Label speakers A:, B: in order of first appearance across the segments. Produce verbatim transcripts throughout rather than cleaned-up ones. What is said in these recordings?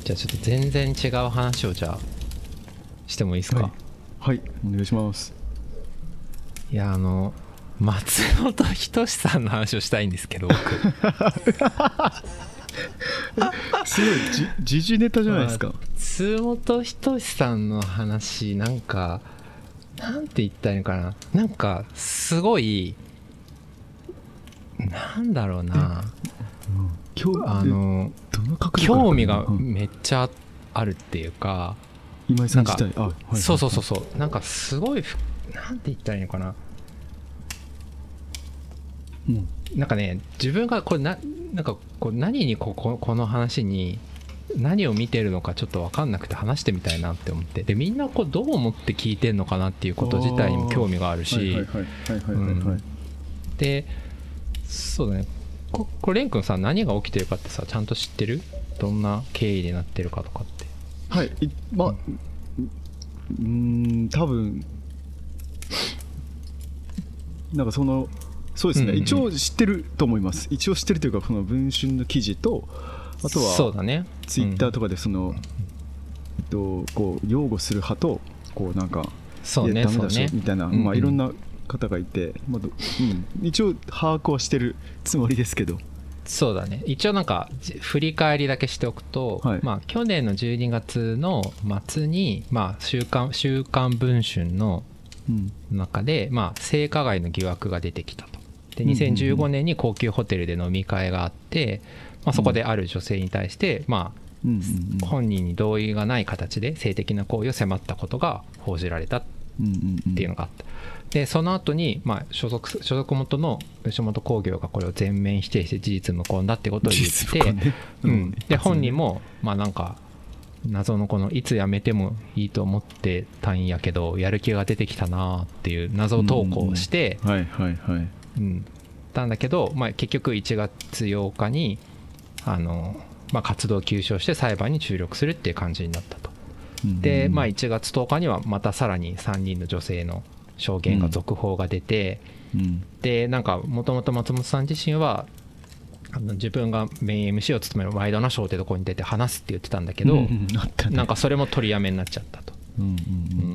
A: じゃあちょっと全然違う話をじゃあしてもいいですか？
B: はい、はい、お願いします。
A: いや、あの松本人志さんの話をしたいんですけど僕
B: すごいじ時事ネタじゃないですか。
A: 松本人志さんの話、なんかなんて言ったらいいのかな、なんかすごい、なんだろうな、
B: 今日
A: あの
B: どの角度から
A: 興味がめっちゃあるっていうか、
B: 今井さん自体、あ、はい、
A: そうそうそうそう、なんかすごい、なんて言ったらいいのかな、うん、なんかね、自分がこれな、なんかこう何にこここの話に何を見てるのかちょっと分かんなくて話してみたいなって思って、でみんなこうどう思って聞いてんのかなっていうこと自体にも興味があるし、でそうだね、ここれレン君さ、何が起きてるかってさちゃんと知ってる？どんな経緯でなってるかとかって。
B: はい、まあ、うーん、多分なんかそのそうですね、うんうん、一応知ってると思います。一応知ってるというか、この文春の記事と、あとは
A: そうだね、
B: ツイッターとかでその、うん、えっと、こう擁護する派とこうなんか
A: そうね、
B: いやダメだしょみたいな、
A: うんうん、
B: まあ、いろんな方がいて、まあうん、一応把握はしてるつもりですけど。
A: そうだね、一応なんか振り返りだけしておくと、はい、まあ、去年のじゅうにがつの末に、まあ、週刊週刊文春の中で、まあ、性加害の疑惑が出てきたと。でにせんじゅうごねんに高級ホテルで飲み会があって、まあ、そこである女性に対して、まあ、本人に同意がない形で性的な行為を迫ったことが報じられたっていうのがあった。でその後に、まあ、所属所属元の吉本興業がこれを全面否定して事実無根だってことを言って、ね、うん、で本人もまあなんか謎のこのいつ辞めてもいいと思ってたんやけどやる気が出てきたなっていう謎投稿をしてたんだけど、まあ、結局いちがつようかにあの、まあ、活動休止をして裁判に注力するっていう感じになったと。で、まあ、いちがつとおかにはまたさらにさんにんの女性の証言が続報が出て、うん、でなんかもともと松本さん自身はあの自分がメイン エムシー を務めるワイドナショーってとこに出て話すって言ってたんだけど、うんうん、ね、なんかそれも取りやめになっちゃったと、うんうんうん、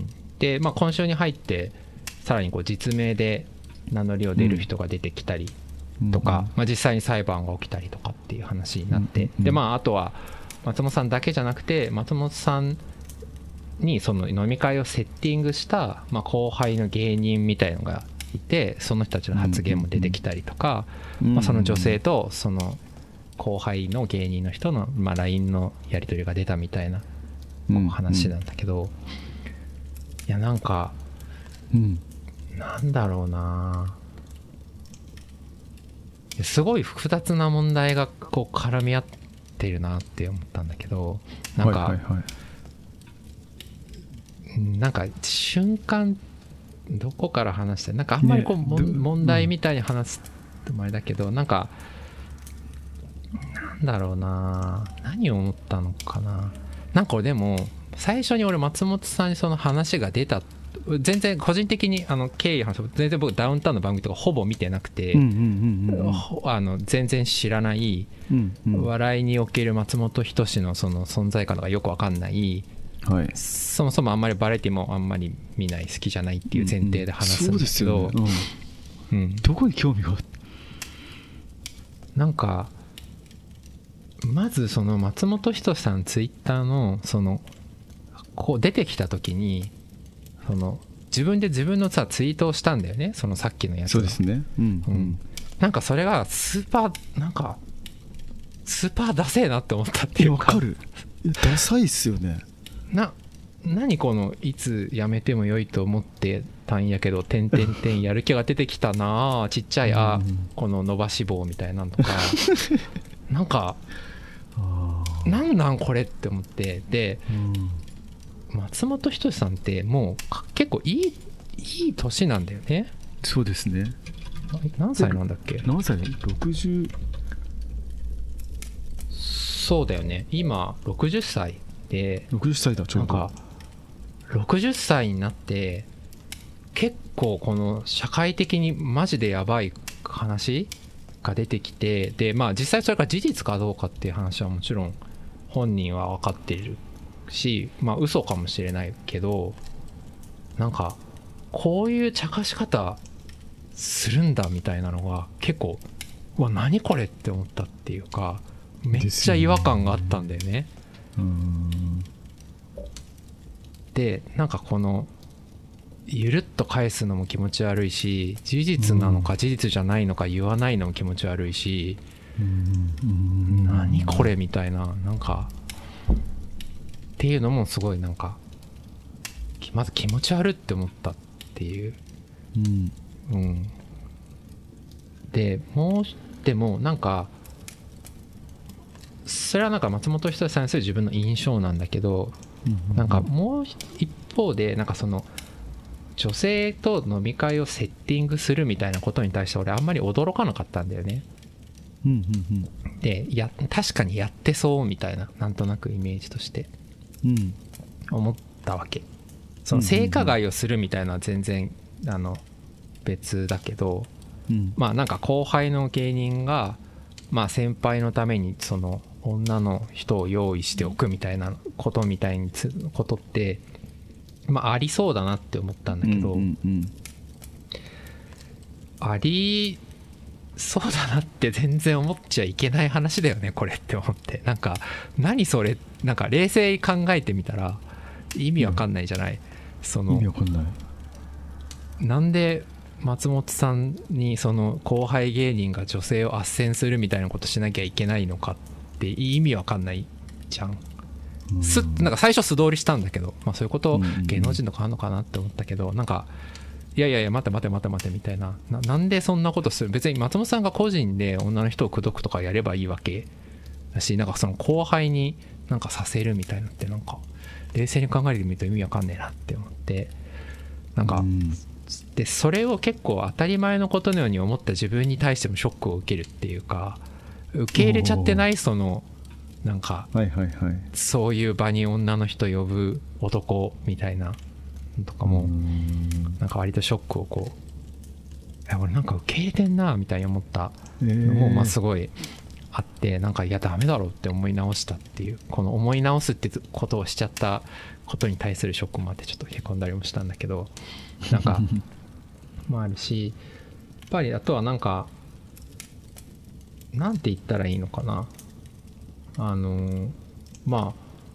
A: で、まあ、今週に入ってさらにこう実名で名乗りを出る人が出てきたりとか、うんうん、まあ、実際に裁判が起きたりとかっていう話になって、うんうん、でまああとは松本さんだけじゃなくて松本さんにその飲み会をセッティングした、まあ、後輩の芸人みたいのがいて、その人たちの発言も出てきたりとか、まあ、その女性とその後輩の芸人の人のまあ ライン のやり取りが出たみたいな話なんだけど、いやなんかなんだろうな、すごい複雑な問題がこう絡み合ってるなって思ったんだけど、なんか、はいはいはい、なんか瞬間どこから話してなんかあんまりこう、ね、問題みたいに話すともあれだけど、なんかなんだろうな、何を思ったのかな。なんかでも最初に俺松本さんにその話が出た、全然個人的にあの経緯の話、全然僕ダウンタウンの番組とかほぼ見てなくて、あの全然知らない、うんうん、笑いにおける松本人志のその存在感とかよく分かんない、はい、そもそもあんまりバラエティもあんまり見ない、好きじゃないっていう前提で話すんですけど、うんうん、そうですよね、うんうん、
B: どこに興味がある？
A: なんかまずその松本人志さんツイッターのそのこう出てきた時にその自分で自分のさツイートをしたんだよね、そのさっきのやつ。
B: そうですね、うんうん、
A: なんかそれがスーパーなんかスーパーダセーなって思ったっていうか。
B: わかる、ダサいっすよね。
A: な何このいつやめてもよいと思ってたんやけどてんてんてんやる気が出てきたなちっちゃい、あこの伸ばし棒みたいなのとかなんかなんなんこれって思って、で、うん、松本人志さんってもう結構いいいい年なんだよね。
B: そうですね。
A: 何歳なんだっけ？
B: 何歳だ？ろくじゅう。
A: そうだよね、今ろくじゅっさいで、
B: ろくじゅっさいだ、ちょうど。なんか
A: ろくじゅっさいになって結構この社会的にマジでやばい話が出てきて、でまあ実際それが事実かどうかっていう話はもちろん本人は分かってるし、まあ嘘かもしれないけど、なんかこういう茶化し方するんだみたいなのが結構、うわ何これって思ったっていうか、めっちゃ違和感があったんだよね。
B: うーん
A: でなんかこのゆるっと返すのも気持ち悪いし、事実なのか事実じゃないのか言わないのも気持ち悪いし、
B: うん
A: 何これみたいな、なんかっていうのもすごいなんかまず気持ち悪って思ったっていう、
B: うん
A: うん、でもうでもなんかそれはなんか松本人志さんにする自分の印象なんだけど、なんかもう一方でなんかその女性と飲み会をセッティングするみたいなことに対して俺あんまり驚かなかったんだよね。
B: うんうんうん
A: でや確かにやってそうみたいな、なんとなくイメージとして
B: うん
A: 思ったわけ。その性加害をするみたいなのは全然あの別だけど、
B: うん
A: まあなんか後輩の芸人がまあ先輩のためにその女の人を用意しておくみたいなことみたいにつことってまあありそうだなって思ったんだけど、
B: うんうん
A: ありそうだなって全然思っちゃいけない話だよねこれって思って、なんか何それ、なんか冷静に考えてみたら意味わかんないじゃない、うん、その
B: 意味わかんない。
A: なんで松本さんにその後輩芸人が女性を斡旋するみたいなことしなきゃいけないのかって意味わかんないじゃん。すなんか最初素通りしたんだけど、まあ、そういうこと芸能人とかあるのかなって思ったけど、なんかいやいやいや待て待て待て待てみたいな、 な, なんでそんなことする、別に松本さんが個人で女の人を口説くとかやればいいわけだし、なんかその後輩になんかさせるみたいなってなんか冷静に考えてみると意味わかんねえなって思って、なんかでそれを結構当たり前のことのように思った自分に対してもショックを受けるっていうか、受け入れちゃってない、そのなんかそういう場に女の人呼ぶ男みたいなとかもなんか割とショックをこう、いや俺なんか受け入れてんなみたいに思ったのもまあすごいあって、なんかいやダメだろうって思い直したっていう、この思い直すってことをしちゃったことに対するショックもあってちょっとへこんだりもしたんだけど、なんかもあるし、やっぱりあとはなんかなんて言ったらいいのかな、あのま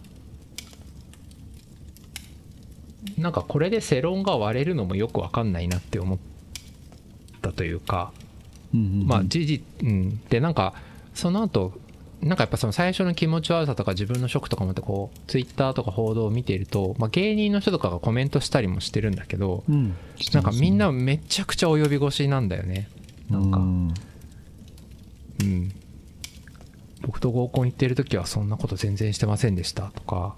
A: あなんかこれで世論が割れるのもよく分かんないなって思ったというか、まあ事実、うん、でなんかその後なんかやっぱその最初の気持ち悪さとか自分のショックとかもってこうツイッターとか報道を見ていると、まあ、芸人の人とかがコメントしたりもしてるんだけど、うん、なんかみんなめちゃくちゃ及び腰なんだよね。なんか、うん、うん、僕と合コン行ってる時はそんなこと全然してませんでしたとか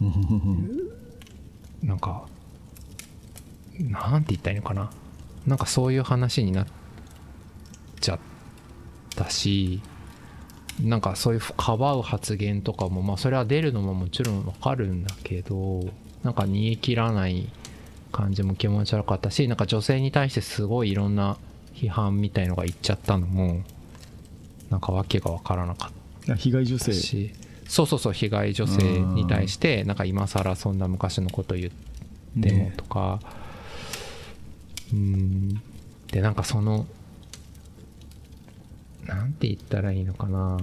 A: なんかなんて言ったらいいのかな、なんかそういう話になっちゃったし、なんかそういうかばう発言とかもまあそれは出るのももちろんわかるんだけど、なんか煮え切らない感じも気持ち悪かったし、なんか女性に対してすごいいろんな批判みたいのが言っちゃったのもなんかわけがわからなかったし、
B: 被害女性、
A: そうそうそう、被害女性に対してなんか今更そんな昔のこと言ってもとか、ね、うーんでなんかそのなんて言ったらいいのかな、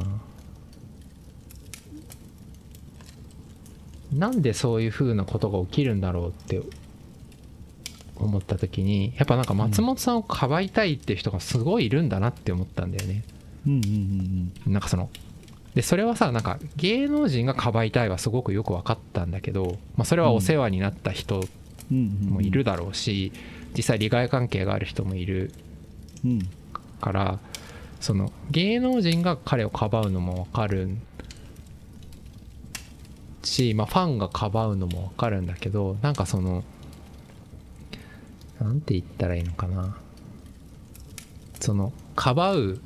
A: なんでそういう風なことが起きるんだろうって思った時に、やっぱなんか松本さんをかばいたいっていう人がすごいいるんだなって思ったんだよね。うんうんうんうん、なんかそのでそれはさ、なんか芸能人がかばいたいはすごくよく分かったんだけど、まあ、それはお世話になった人もいるだろうし、実際利害関係がある人もいるから、その芸能人が彼をかばうのも分かるし、まあ、ファンがかばうのも分かるんだけど、なんかそのなんて言ったらいいのかな、そのかばう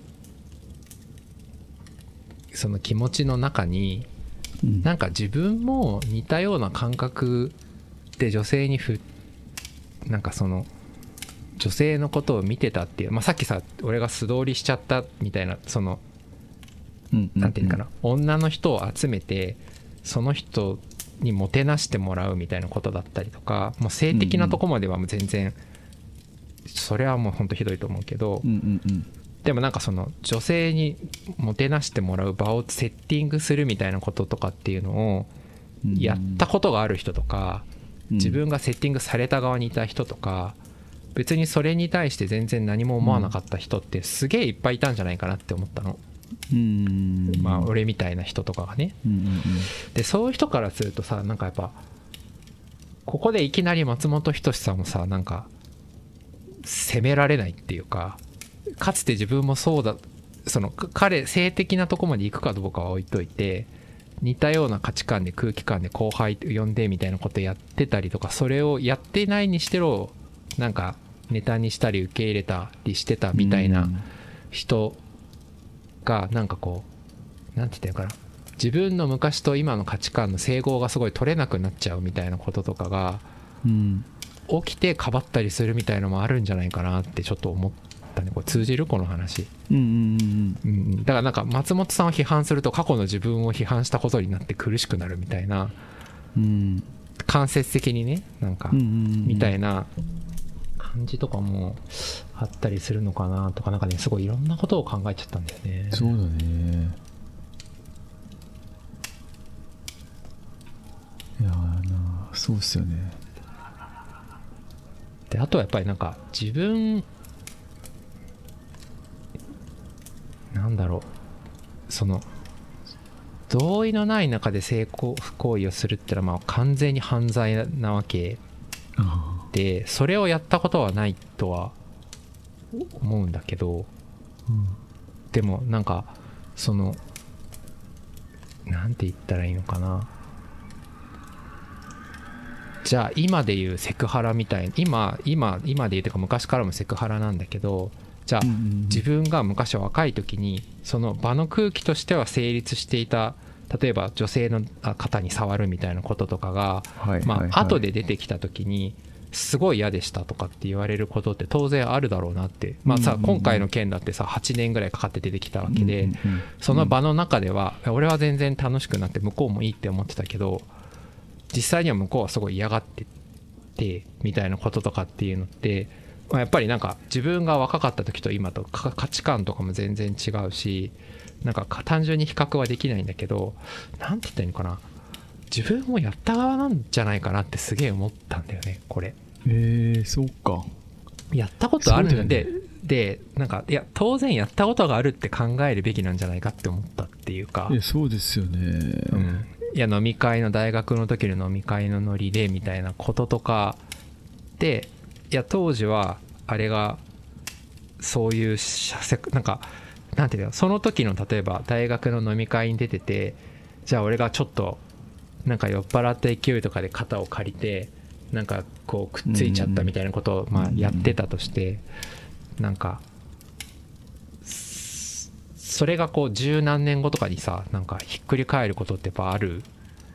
A: その気持ちの中に、うん、なんか自分も似たような感覚で女性にふなんかその女性のことを見てたっていう、まあ、さっきさ俺が素通りしちゃったみたいな、その、うんうんうん、なんていうかな、女の人を集めてその人にもてなしてもらうみたいなことだったりとか、もう性的なとこまではもう全然、それはもうほんとひどいと思うけど、
B: うんうんうん、
A: でもなんかその女性にもてなしてもらう場をセッティングするみたいなこととかっていうのをやったことがある人とか、自分がセッティングされた側にいた人とか、別にそれに対して全然何も思わなかった人ってすげえいっぱいいたんじゃないかなって思ったの。うん、まあ俺みたいな人とかがね、うんうんうん、でそういう人からするとさ、なんかやっぱここでいきなり松本人志さんもさ、なんか責められないっていうか、かつて自分もそうだ、その彼性的なとこまで行くかどうかは置いといて、似たような価値観で空気感で後輩呼んでみたいなことやってたりとか、それをやってないにしてろなんかネタにしたり受け入れたりしてたみたいな人が、なんかこうなんて言ったのかな、自分の昔と今の価値観の整合がすごい取れなくなっちゃうみたいなこととかが起きてかばったりするみたいのもあるんじゃないかなってちょっと思ったね。これ通じるこの話、うんうんうんうん、だからなんか松本さんを批判すると過去の自分を批判したことになって苦しくなるみたいな、うん、間接的にね、なんかみたいな感じとかもあったりするのかなとか、なんかねすごいいろんなことを考えちゃったんだよね。
B: そうだね。いやーな、そうっすよね。
A: であとはやっぱりなんか自分なんだろう、その同意のない中で性行為をするってのはまあ完全に犯罪なわけで、それをやったことはないとは思うんだけど、うん、でもなんかそのなんて言ったらいいのかな、じゃあ今でいうセクハラみたいな、今今今でいうというか昔からもセクハラなんだけど、じゃあ自分が昔若い時にその場の空気としては成立していた、例えば女性の肩に触るみたいなこととかが、まあ後で出てきた時にすごい嫌でしたとかって言われることって当然あるだろうなって、まあさ今回の件だってさはちねんぐらいかかって出てきたわけで、その場の中では俺は全然楽しくなって向こうもいいって思ってたけど、実際には向こうはすごい嫌がっててみたいなこととかっていうのって、やっぱりなんか自分が若かった時と今と価値観とかも全然違うし、なんか単純に比較はできないんだけど、なんて言ったらいいのかな、自分もやった側なんじゃないかなってすげえ思ったんだよねこれ。
B: えー、そうか。
A: やったことあるんで、でなんかいや当然やったことがあるって考えるべきなんじゃないかって思ったっていうか。
B: いやそうですよね、
A: うん、いや飲み会の大学の時の飲み会のノリでみたいなこととかで、いや当時はあれがそういうなんかなんていうの、その時の例えば大学の飲み会に出てて、じゃあ俺がちょっとなんか酔っ払った勢いとかで肩を借りてなんかこうくっついちゃったみたいなことをまあやってたとして、なんかそれがこう十何年後とかにさ、なんかひっくり返ることってやっぱある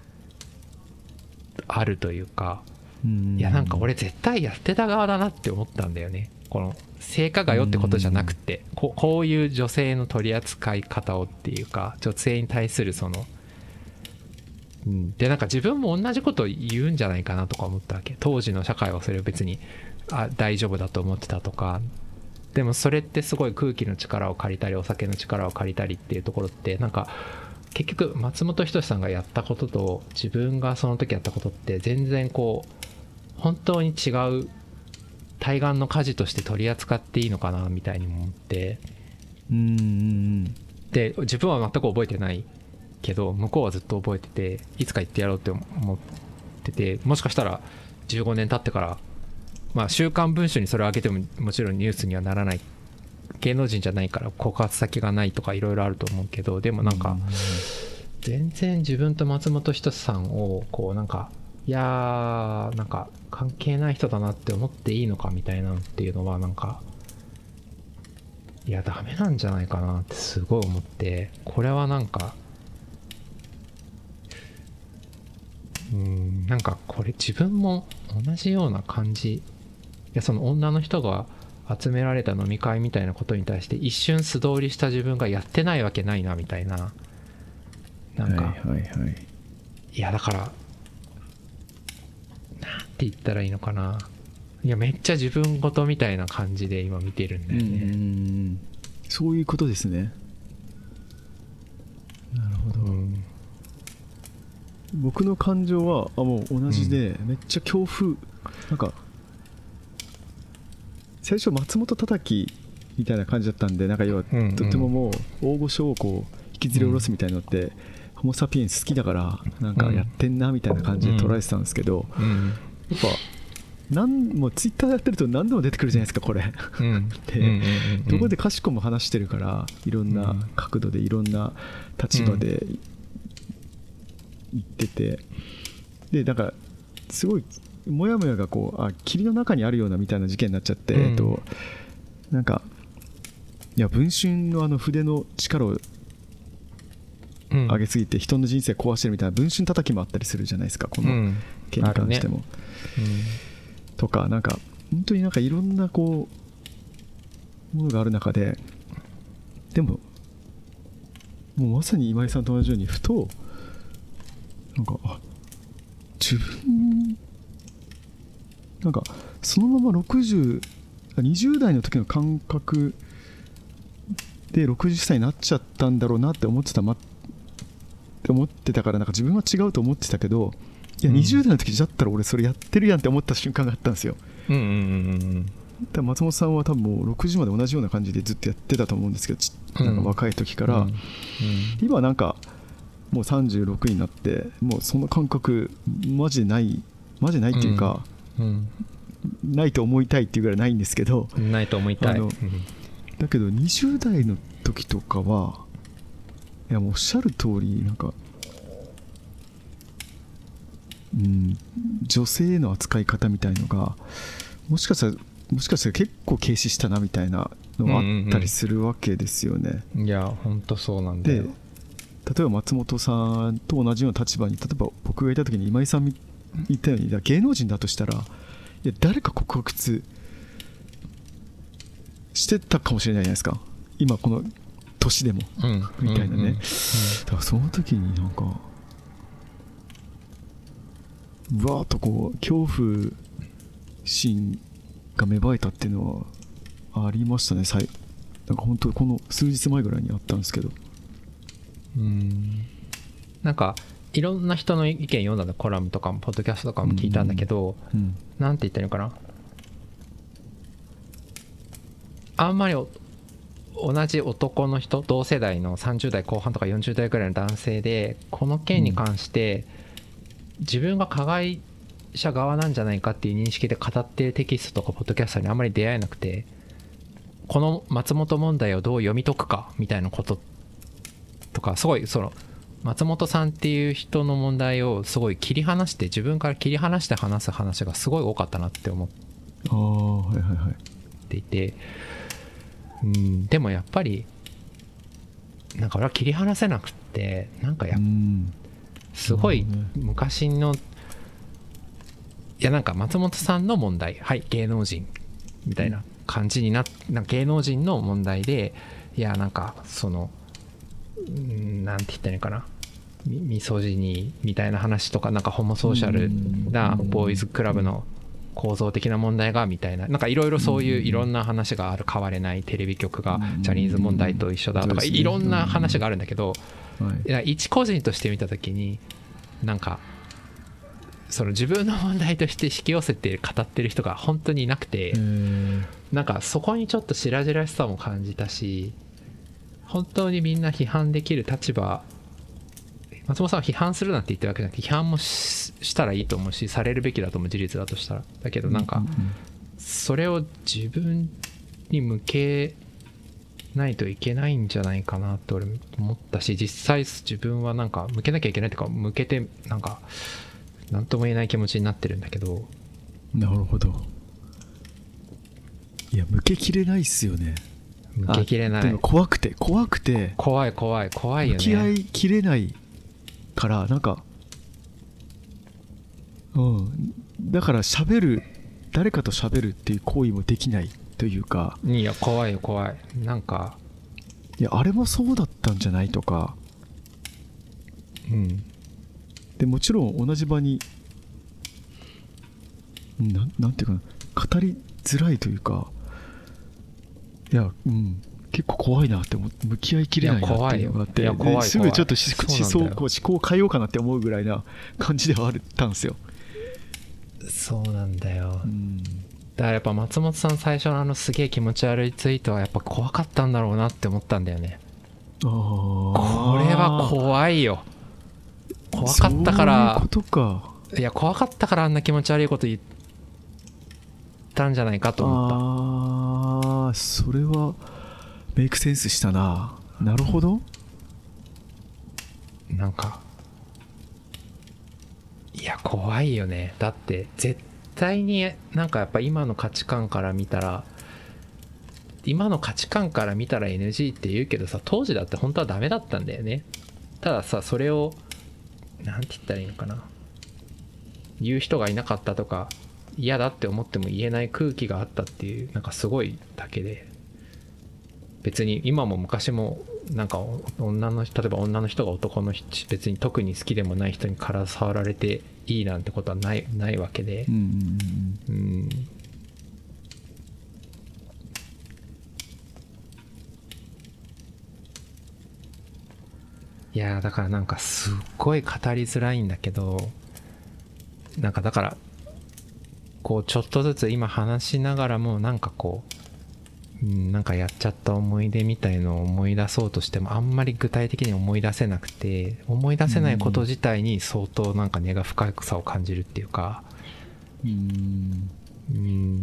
A: あるというか、いやなんか俺絶対やってた側だなって思ったんだよね。この性加害をってことじゃなくて、こう、こういう女性の取り扱い方をっていうか、女性に対するその、うん、でなんか自分も同じこと言うんじゃないかなとか思ったわけ。当時の社会はそれを別にあ大丈夫だと思ってたとか、でもそれってすごい空気の力を借りたりお酒の力を借りたりっていうところって、なんか結局松本人志さんがやったことと自分がその時やったことって全然こう本当に違う対岸の火事として取り扱っていいのかなみたいに思って、うーんで自分は全く覚えてないけど向こうはずっと覚えてて、いつか言ってやろうって思ってて、もしかしたらじゅうごねん経ってから、まあ週刊文春にそれを上げてももちろんニュースにはならない、芸能人じゃないから告発先がないとかいろいろあると思うけど、でもなんか全然自分と松本人志さんをこうなんかいやーなんか関係ない人だなって思っていいのかみたいなっていうのはなんかいやダメなんじゃないかなってすごい思って、これはなんかうーんなんかこれ自分も同じような感じ、いやその女の人が集められた飲み会みたいなことに対して一瞬素通りした自分がやってないわけないなみたいな、なんか、はいはいはい、 いやだからなんて言ったらいいのかな、いやめっちゃ自分ごとみたいな感じで今見てるんだよね。
B: うん、そういうことですね。なるほど、うん、僕の感情はあもう同じで、うん、めっちゃ恐怖、なんか最初松本叩きみたいな感じだったんで、なんか要はとってももう大御所をこう引きずり下ろすみたいなのって、うん、ホモサピエンス好きだからなんかやってんなみたいな感じで捉えてたんですけど、うんうん、やっぱなんもうツイッターやってると何でも出てくるじゃないですかこれ、うん、で、うんうんうん、どこでかしこも話してるからいろんな角度でいろんな立場で言ってて、でだからすごいモヤモヤがこうあ霧の中にあるようなみたいな事件になっちゃって、うん、えっとなんかいや文春のあの筆の力を上げすぎて人の人生壊してるみたいな文春叩きもあったりするじゃないですかこの件に関しても、うんねうん、とかなんか本当になんかいろんなこうものがある中で、でももうまさに今井さんと同じようにふとなんかあ自分なんかそのままろくじゅう、にじゅう代の時の感覚でろくじゅっさいになっちゃったんだろうなって思ってた、ま、って思ってたからなんか自分は違うと思ってたけど、いやにじゅう代の時だったら俺それやってるやんって思った瞬間があったんですよ。うんうんうんうんだ松本さんは多分もうろくじゅうまで同じような感じでずっとやってたと思うんですけど、なんか若い時から、うんうんうん、今なんかもうさんじゅうろくになってもうその感覚マジでないマジでないっていうか、うんうん、ないと思いたいっていうぐらいないんですけど、
A: ないと思いたい、うん、
B: だけどにじゅう代の時とかはいやもうおっしゃる通りなんか、うん、女性への扱い方みたいのがもしかしたらもしかしたら結構軽視したなみたいなのがあったりするわけですよね、
A: うんうんうん、いや本当そうなんだよ。で
B: 例えば松本さんと同じような立場に例えば僕がいた時に今井さん言ったように芸能人だとしたらいや誰か告白してたかもしれないじゃないですか今この年でも、うん、みたいなね、うんうんうん、だからその時になんかうわーっとこう恐怖心が芽生えたっていうのはありましたね。なんか本当この数日前ぐらいにあったんですけど、
A: うーんなんかいろんな人の意見読んだのコラムとかもポッドキャストとかも聞いたんだけど、うんうん、なんて言ったらいいのかな、あんまり同じ男の人同世代のさんじゅう代後半とかよんじゅう代ぐらいの男性でこの件に関して自分が加害者側なんじゃないかっていう認識で語っているテキストとかポッドキャストにあんまり出会えなくて、この松本問題をどう読み解くかみたいなこととかすごいその松本さんっていう人の問題をすごい切り離して自分から切り離して話す話がすごい多かったなって思っていて、うん、でもやっぱりなんか俺は切り離せなくってなんかやすごい昔のいやなんか松本さんの問題はい芸能人みたいな感じになっなんか芸能人の問題でいやなんかそのなんて言ったらいいかなミソジニーみたいな話とかなんかホモソーシャルなボーイズクラブの構造的な問題がみたいななんかいろいろそういういろんな話がある変われないテレビ局がジャニーズ問題と一緒だとかいろんな話があるんだけどいや一個人として見た時になんかその自分の問題として引き寄せて語ってる人が本当にいなくてなんかそこにちょっと白々しさも感じたし本当にみんな批判できる立場松本さんは批判するなんて言ってるわけじゃなくて批判も し, したらいいと思うしされるべきだと思う事実だとしたらだけどなんかそれを自分に向けないといけないんじゃないかなって俺思ったし実際自分はなんか向けなきゃいけないというか向けてなんか何とも言えない気持ちになってるんだけど。
B: なるほど。いや向けきれないっすよね。
A: 向けきれない。でも
B: 怖くて怖くて
A: 怖い怖い怖いよね。
B: 向き合いきれないからなんかうんだから喋る誰かと喋るっていう行為もできないというか。
A: いや怖いよ怖いなんか
B: いやあれもそうだったんじゃないとか。
A: うん
B: でもちろん同じ場にななんていうかな、語りづらいというか、いや、うん、結構怖いなって思って、向き合いきれないなっていうのがあって、ですぐちょっと思想こう思考を変えようかなって思うぐらいな感じではあったんですよ。
A: そうなんだよ、うん、だからやっぱ松本さん最初のあのすげえ気持ち悪いツイートはやっぱ怖かったんだろうなって思ったんだよね。あ、これは怖いよ。怖かったから、
B: そういうことか。
A: いや怖かったからあんな気持ち悪いこと言ったんじゃないかと思った。
B: ああ、それはメイクセンスしたな。なるほど。
A: なんかいや怖いよね。だって絶対になんかやっぱ今の価値観から見たら今の価値観から見たら エヌジー って言うけどさ、当時だって本当はダメだったんだよね。たださ、それをなんて言ったらいいのかな、言う人がいなかったとか嫌だって思っても言えない空気があったっていう、なんかすごいだけで、別に今も昔もなんか女の例えば女の人が男の人別に特に好きでもない人に体触られていいなんてことはないないわけで、うんうんうん、いやだからなんかすっごい語りづらいんだけど、なんかだからこうちょっとずつ今話しながらもなんかこう、うん、なんかやっちゃった思い出みたいのを思い出そうとしてもあんまり具体的に思い出せなくて、思い出せないこと自体に相当なんか根が深さを感じるっていうか、うーんうーん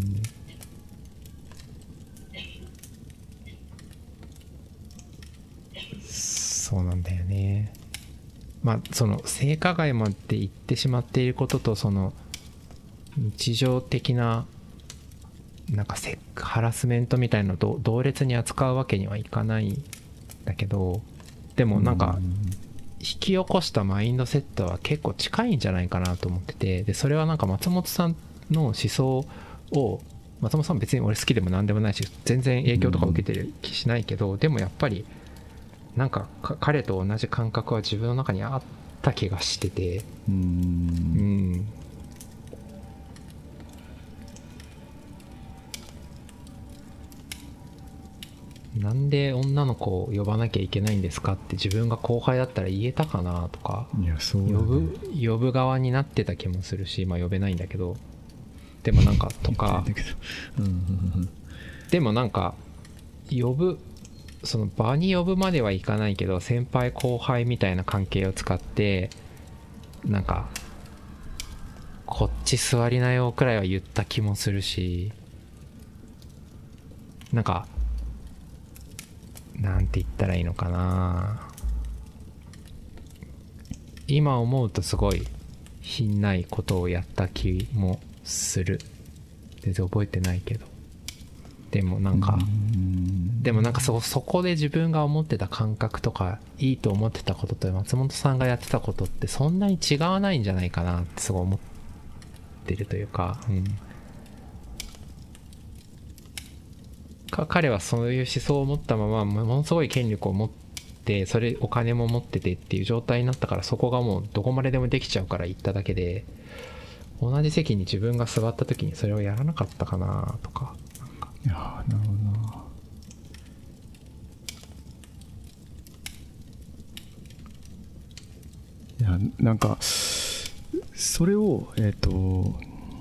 A: そうなんだよね。まあその性加害まで言ってしまっていることと、その日常的ななんかセッハラスメントみたいのを同列に扱うわけにはいかないんだけど、でもなんか引き起こしたマインドセットは結構近いんじゃないかなと思ってて、でそれはなんか松本さんの思想を、松本さん別に俺好きでも何でもないし全然影響とか受けてる気しないけど、でもやっぱりなんか彼と同じ感覚は自分の中にあった気がしてて、うーんうんなんで女の子を呼ばなきゃいけないんですかって自分が後輩だったら言えたかなとか、
B: いやそうだね、
A: 呼ぶ呼ぶ側になってた気もするし、まあ呼べないんだけど、でもなんかとかでもなんか呼ぶその場に呼ぶまではいかないけど先輩後輩みたいな関係を使ってなんかこっち座りなよくらいは言った気もするし、なんかなんて言ったらいいのかな、今思うとすごい品ないことをやった気もする。全然覚えてないけど、でもなんかでもなんか そ, そこで自分が思ってた感覚とかいいと思ってたことと松本さんがやってたことってそんなに違わないんじゃないかなってすごい思ってるというか、うん、か彼はそういう思想を持ったままものすごい権力を持ってそれお金も持っててっていう状態になったから、そこがもうどこまででもできちゃうから言っただけで、同じ席に自分が座った時にそれをやらなかったかなとか、なんか
B: いやなるほどな。いやなんかそれをえっ、ー、と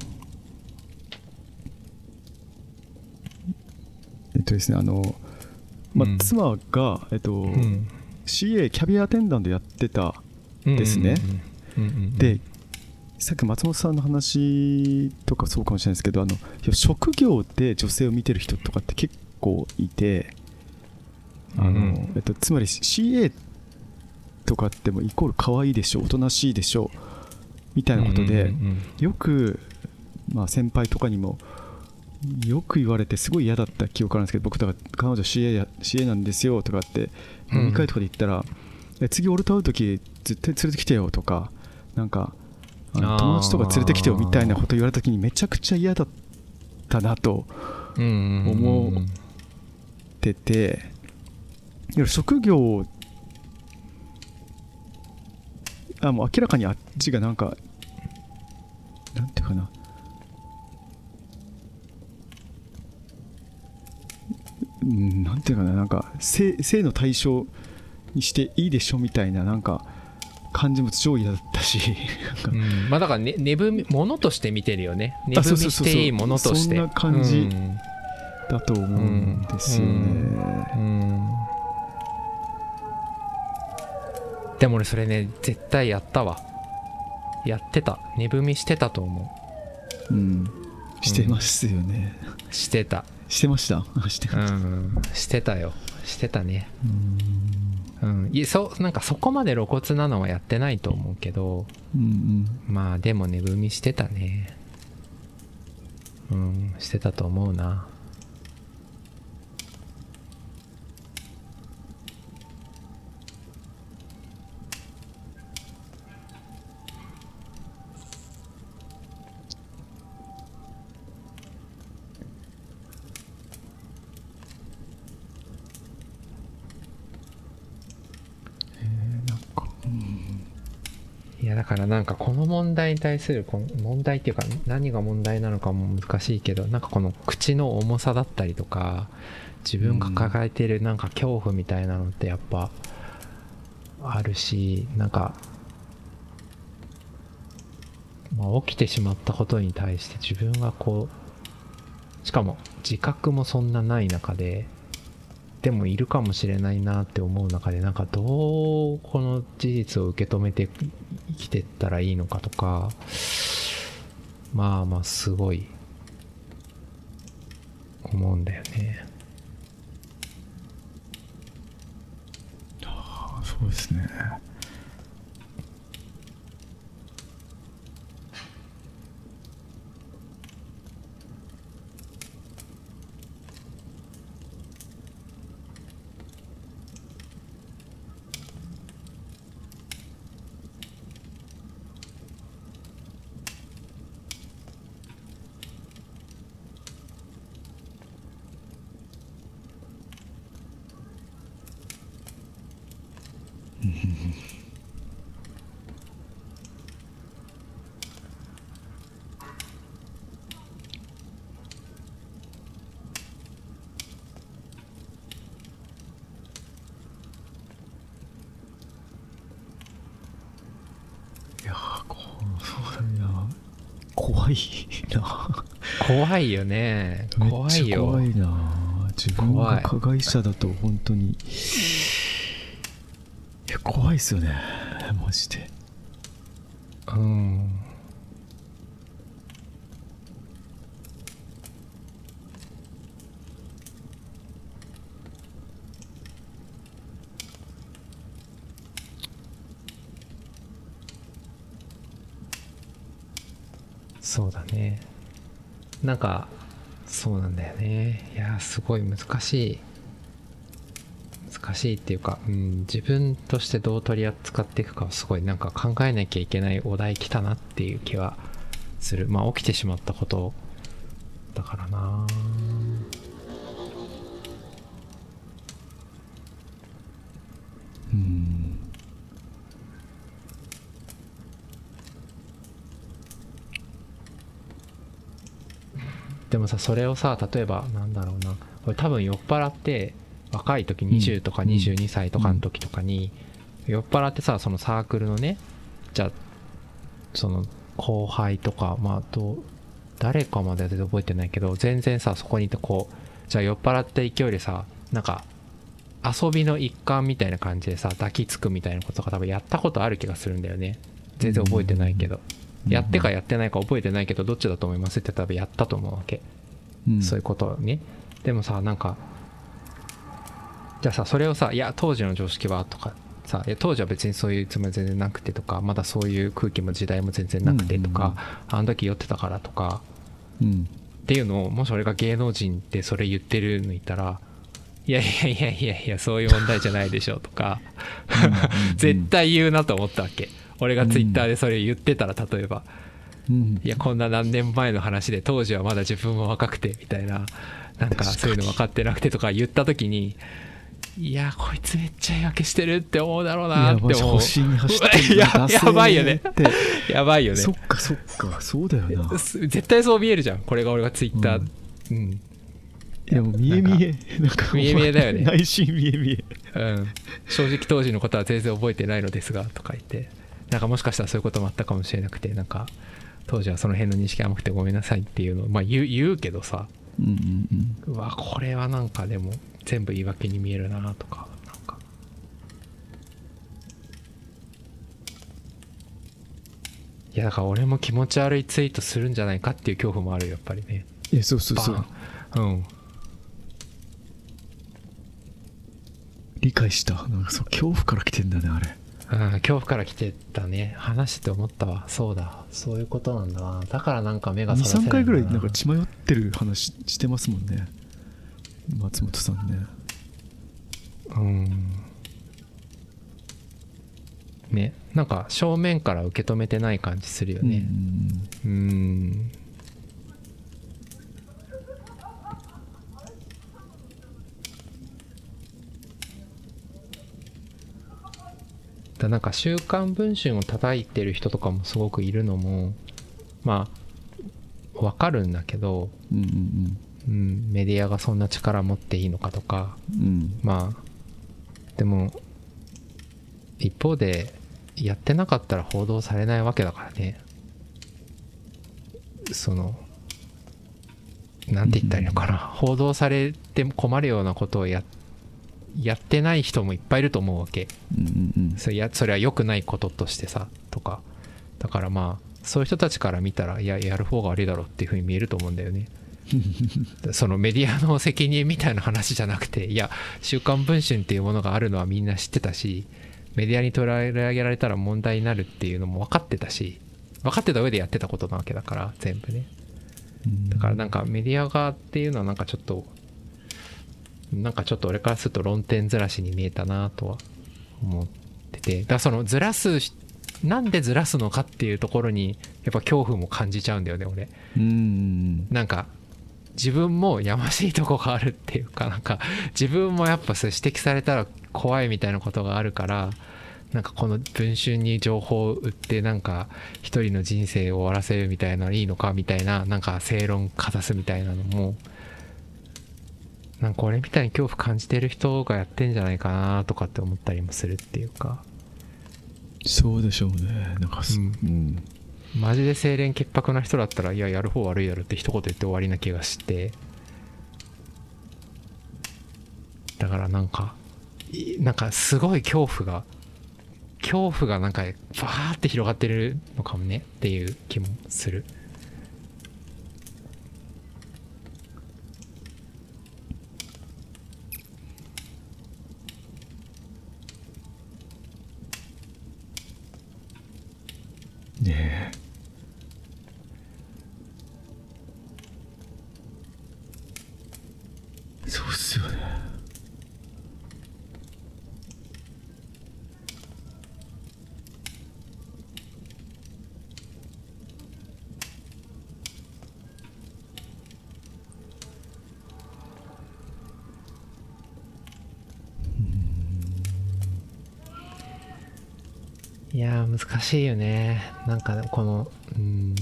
B: えっとですねあの、まあ、うん、妻が、えっとうん、シーエー キャビアアテンダントやってたですね。でさっき松本さんの話とかそうかもしれないですけど、あの職業で女性を見てる人とかって結構いて、あの、うんえっと、つまり シーエー とかってもイコール可愛いでしょ、おとなしいでしょみたいなことで、うんうんうん、よく、まあ、先輩とかにもよく言われてすごい嫌だった記憶あるんですけど、僕とか彼女 シーエー, や シーエー なんですよとかって飲み会とかで言ったら、うん、次俺と会う時絶対連れてきてよとか、なんかあの友達とか連れてきてよみたいなこと言われた時にめちゃくちゃ嫌だったなと思ってて、職業あもう明らかにあっちがなんかなんていうかな、うん、なんていうかな、なんか性、性の対象にしていいでしょみたいななんか感じも上位だったしなんか、
A: うん、まあだから、ね、寝踏みものとして見てるよね。寝踏みしていいものとして。
B: そんな感じだと思うんですよね、うんうん
A: うん、でも俺それね絶対やったわ。やってた。寝踏みしてたと思
B: う。うんしてますよね、
A: うん、してた
B: してましたしてました、
A: うん、してたよ。してたね。
B: うん、
A: うん、いそなんかそこまで露骨なのはやってないと思うけど、
B: うんうん、
A: まあでも寝踏みしてたね。うんしてたと思うな。いやだからなんかこの問題に対するこの問題っていうか何が問題なのかも難しいけど、なんかこの口の重さだったりとか自分が抱えてるなんか恐怖みたいなのってやっぱあるし、なんか、まあ、起きてしまったことに対して自分がこうしかも自覚もそんなない中ででもいるかもしれないなって思う中で、なんかどうこの事実を受け止めて生きてったらいいのかとか、まあまあすごい思うんだよね。
B: ああそうですね。いやーこうそうだな、怖いな
A: 怖いよね。怖いよ。
B: めっちゃ怖いな。自分が加害者だと本当にいや怖いですよねマジで。
A: うん。そうだね。なんかそうなんだよね。いやすごい難しい難しいっていうか、うん、自分としてどう取り扱っていくかはすごいなんか考えなきゃいけないお題来たなっていう気はする。まあ起きてしまったことだからな。
B: うん
A: でもさそれをさ例えばなんだろうな、俺多分酔っ払って若い時にじゅうとかにじゅうにさいとかの時とかに酔っ払ってさ、そのサークルのね、じゃあその後輩とかまあどう誰かまでは全然覚えてないけど、全然さそこにいてこうじゃあ酔っ払った勢いでさなんか遊びの一環みたいな感じでさ抱きつくみたいなことが多分やったことある気がするんだよね。全然覚えてないけど、やってかやってないか覚えてないけどどっちだと思いますって多分やったと思うわけ、うん、そういうことをね。でもさなんかじゃあさそれをさいや当時の常識はとかさ、いや当時は別にそういうつもり全然なくてとか、まだそういう空気も時代も全然なくてとか、うんうんうん、あの時酔ってたからとか、うん、っていうのをもし俺が芸能人ってそれ言ってるの言ったらいやいやいやいやいやそういう問題じゃないでしょとか絶対言うなと思ったわけ。俺がツイッターでそれ言ってたら例えば、うん、いやこんな何年前の話で当時はまだ自分も若くてみたいな、なんかそういうの分かってなくてとか言った時にいやこいつめっちゃ夜明けしてるって思うだろうなって思う。いや
B: マジ星に走ってる
A: ややばいよねやばいよね。
B: そっかそっかそうだよな。
A: 絶対そう見えるじゃんこれが俺がツイッター、うん、うん、
B: いやもう見え見えなんか
A: 見え見えだよね
B: 内心見え見え、
A: うん、正直当時のことは全然覚えてないのですがとか言って、なんかもしかしたらそういうこともあったかもしれなくて、なんか当時はその辺の認識甘くてごめんなさいっていうのを、まあ、言う、言うけどさ、
B: うんうんうん、
A: うわこれはなんかでも全部言い訳に見えるなとか、なんかいやだから俺も気持ち悪いツイートするんじゃないかっていう恐怖もあるよやっぱりね。
B: いやそうそうそう、
A: うん、
B: 理解した。なんかそう恐怖から来てんだねあれ。
A: うん、恐怖から来てたね。話して思ったわ。そうだそういうことなんだな。だからなんか目がそらせないんだな。にさんかいぐらいなんか血迷ってる話してますもんね松本さんね。 うんね、なんか正面から受け止めてない感じするよね。うん、うん、だなんか週刊文春を叩いてる人とかもすごくいるのもまあわかるんだけど、うんうんうんうん、メディアがそんな力持っていいのかとか、うん、まあでも一方でやってなかったら報道されないわけだからね。そのなんて言ったらいいのかな、うん、報道されて困るようなことをややってない人もいっぱいいると思うわけ、うんうんうん、それやそれは良くないこととしてさとか、だからまあそういう人たちから見たらいややる方が悪いだろうっていう風に見えると思うんだよねそのメディアの責任みたいな話じゃなくて、いや週刊文春っていうものがあるのはみんな知ってたし、メディアに取り上げられたら問題になるっていうのも分かってたし、分かってた上でやってたことなわけだから全部ね。だからなんかメディア側っていうのはなんかちょっとなんかちょっと俺からすると論点ずらしに見えたなとは思ってて、だからそのずらすなんでずらすのかっていうところにやっぱ恐怖も感じちゃうんだよね俺。うん、なんか自分もやましいとこがあるっていうか、なんか自分もやっぱそれ指摘されたら怖いみたいなことがあるから、なんかこの文春に情報を売ってなんか一人の人生を終わらせるみたいなのいいのかみたいな、なんか正論かざすみたいなのもなんか俺みたいに恐怖感じてる人がやってんじゃないかなとかって思ったりもするっていうか。
B: そうでしょうね。なんか、うん、うん、
A: マジで清廉潔白な人だったらいややる方悪いだろって一言言って終わりな気がして、だからなんかなんかすごい恐怖が恐怖がなんかバーって広がってるのかもねっていう気もする。
B: ねえ、そうっすよね。
A: いやー難しいよね。なんかこのうん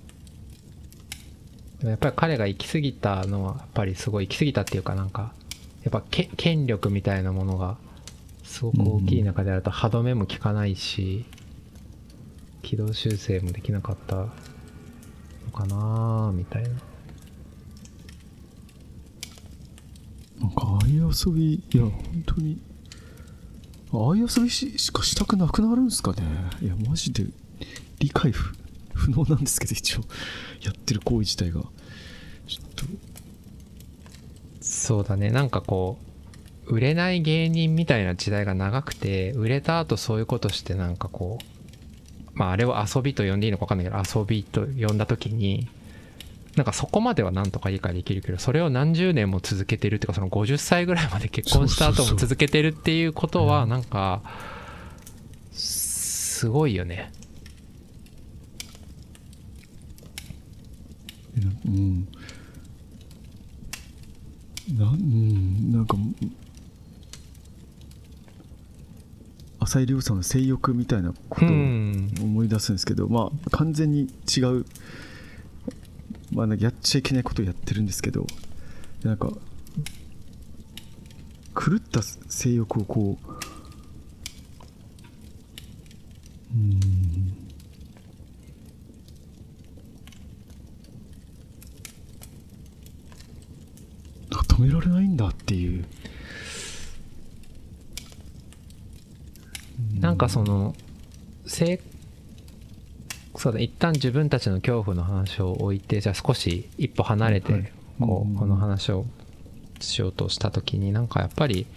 A: やっぱり彼が行き過ぎたのはやっぱりすごい行き過ぎたっていうか、なんかやっぱけ権力みたいなものがすごく大きい中であると歯止めも効かないし、軌道修正もできなかったのかなみたいな。
B: なんかああいう遊び、いや本当にああいう遊び し, しかしたくなくなるんですかね。いやマジで理解 不, 不能なんですけど、一応やってる行為自体がちょっと。
A: そうだね、なんかこう売れない芸人みたいな時代が長くて、売れた後そういうことしてなんかこうまああれを遊びと呼んでいいのか分かんないけど遊びと呼んだ時になんかそこまではなんとか理解できるけど、それを何十年も続けてるっていうか、そのごじゅっさいぐらいまで結婚した後も続けてるっていうことはなんかすごいよね。
B: うんな、うん、なんか浅井亮さんの性欲みたいなことを思い出すんですけど、うん、まあ完全に違う、まあ、やっちゃいけないことをやってるんですけど、なんか狂った性欲をこう、うーん止められないんだっていう、
A: なんかその性そうだ一旦自分たちの恐怖の話を置いて、じゃあ少し一歩離れてこうこの話をしようとした時に、なんかやっぱり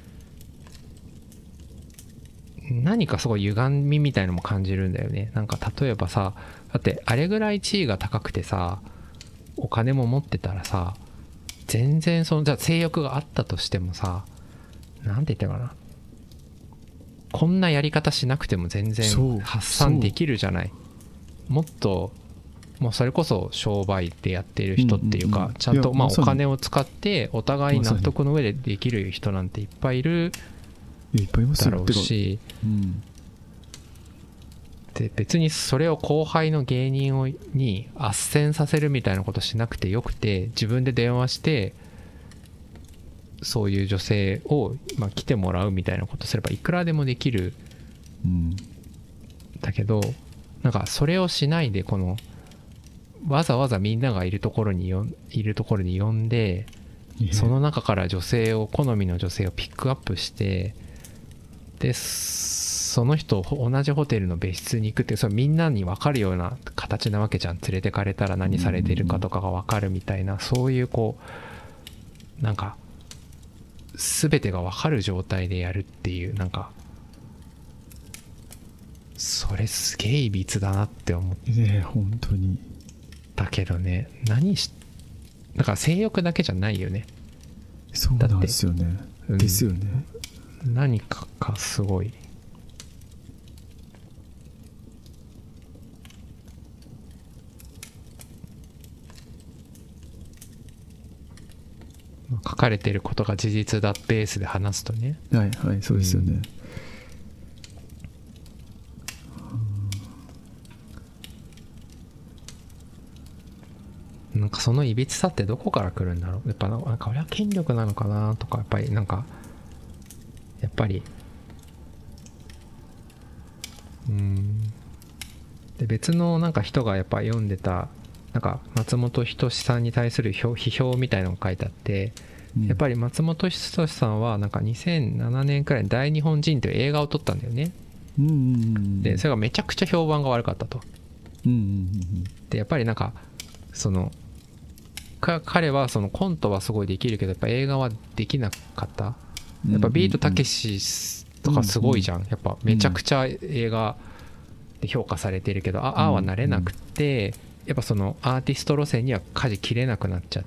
A: 何かすごい歪みみたいのも感じるんだよね。なんか例えばさ、だってあれぐらい地位が高くてさ、お金も持ってたらさ、全然そのじゃあ性欲があったとしてもさ、なんて言ったかな、こんなやり方しなくても全然発散できるじゃない。もっともうそれこそ商売でやってる人っていうか、うんうんうん、ちゃんとまあお金を使ってお互い納得の上でできる人なんていっぱいいるだろうし、で別にそれを後輩の芸人をに斡旋させるみたいなことしなくてよくて、自分で電話してそういう女性をまあ来てもらうみたいなことすればいくらでもできる、うん、だけどなんかそれをしないで、このわざわざみんながいるところによいるところに呼んで、その中から女性を好みの女性をピックアップして、でその人を同じホテルの別室に行くって、それみんなに分かるような形なわけじゃん。連れてかれたら何されてるかとかが分かるみたいな、そういうこうなんか全てが分かる状態でやるっていう、なんかそれすげえいびつだなって思って
B: ね、本当に。
A: だけどね、何しだから性欲だけじゃないよね。
B: そうなんですよね、うん、ですよね。
A: 何かがすごい書かれてることが事実だベースで話すとね、
B: はいはいそうですよね、
A: うん、なんかそのいびつさってどこから来るんだろう。やっぱなんか俺は権力なのかなとか、やっぱりなんかやっぱりうんで別のなんか人がやっぱ読んでたなんか松本人志さんに対する批評みたいなのが書いてあって、うん、やっぱり松本人志さんはなんかにせんななねんくらいに大日本人という映画を撮ったんだよね、うんうんうん、でそれがめちゃくちゃ評判が悪かったと、うんうんうん、でやっぱりなんかそのか彼はそのコントはすごいできるけどやっぱ映画はできなかった。やっぱビートたけしとかすごいじゃん、やっぱめちゃくちゃ映画で評価されてるけど、ああはなれなくて、やっぱそのアーティスト路線には舵切れなくなっちゃって、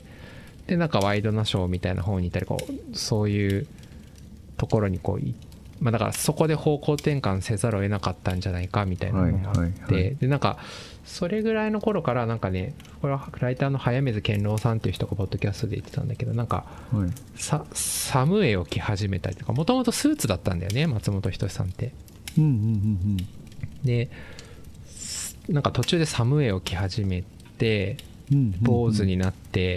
A: でなんかワイドナショーみたいな方にいたり、こうそういうところにこう、まあ、だからそこで方向転換せざるを得なかったんじゃないかみたいなのがあって、はいはいはい、でなんかそれぐらいの頃からなんかね、これはライターの早水健郎さんっていう人がポッドキャストで言ってたんだけど、なんか、はい、さサムエを着始めたりとか、もともとスーツだったんだよね松本人志さんって、うんうんうんうん、でなんか途中でサムエを着始めて、うんうんうん、坊主になって、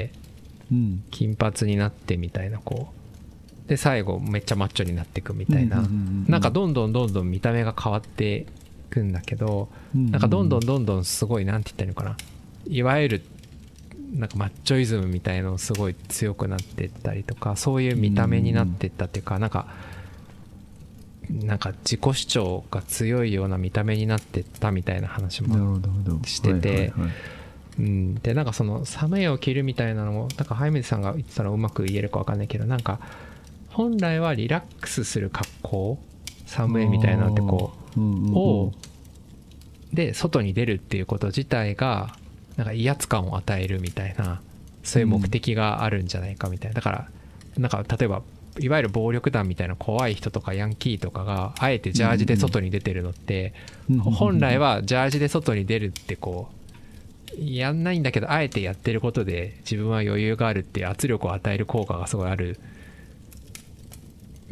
A: うん、金髪になってみたいな、こうで最後めっちゃマッチョになっていくみたいな、うんうんうんうん、なんかどんどんどんどん見た目が変わっていくんだけど、うんうんうん、なんかどんどんどんどんすごいなんて言ったらいいのかな、いわゆるなんかマッチョイズムみたいのすごい強くなっていったりとか、そういう見た目になっていったっていうか、なんかなんか自己主張が強いような見た目になっていったみたいな話もしてて、うん、でなんかそのサムエを着るみたいなのもなんか早水さんが言ってたのうまく言えるか分かんないけど、なんか本来はリラックスする格好、サムエみたいなのってこう、うんうんうん、をで外に出るっていうこと自体がなんか威圧感を与えるみたいな、そういう目的があるんじゃないかみたいな。だからなんか例えばいわゆる暴力団みたいな怖い人とかヤンキーとかがあえてジャージで外に出てるのって、本来はジャージで外に出るってこうやんないんだけど、あえてやってることで自分は余裕があるっていう圧力を与える効果がすごいある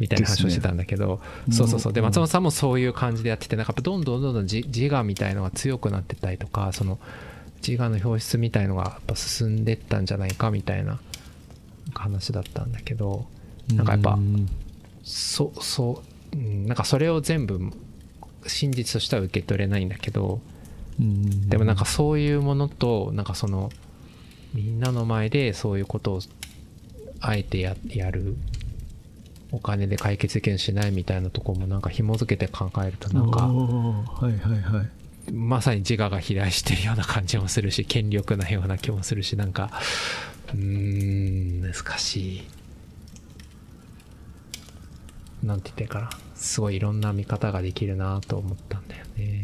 A: みたいな話をしてたんだけど、ね、そうそうそう。で松本さんもそういう感じでやってて、なんかやっぱどんどんどんどん自我みたいのが強くなってったりとか、その自我の表出みたいのがやっぱ進んでったんじゃないかみたいな話だったんだけど、なんかやっぱそそうなんかそれを全部真実としては受け取れないんだけど、でもなんかそういうものとなんかそのみんなの前でそういうことをあえて や, やるお金で解決できるしないみたいなところもなんか紐づけて考えるとなんか、
B: はいはいはい、
A: まさに自我が肥大してるような感じもするし、権力なような気もするし、なんかうーん難しい、なんて言ってんかな、すごいいろんな見方ができるなと思ったんだよね。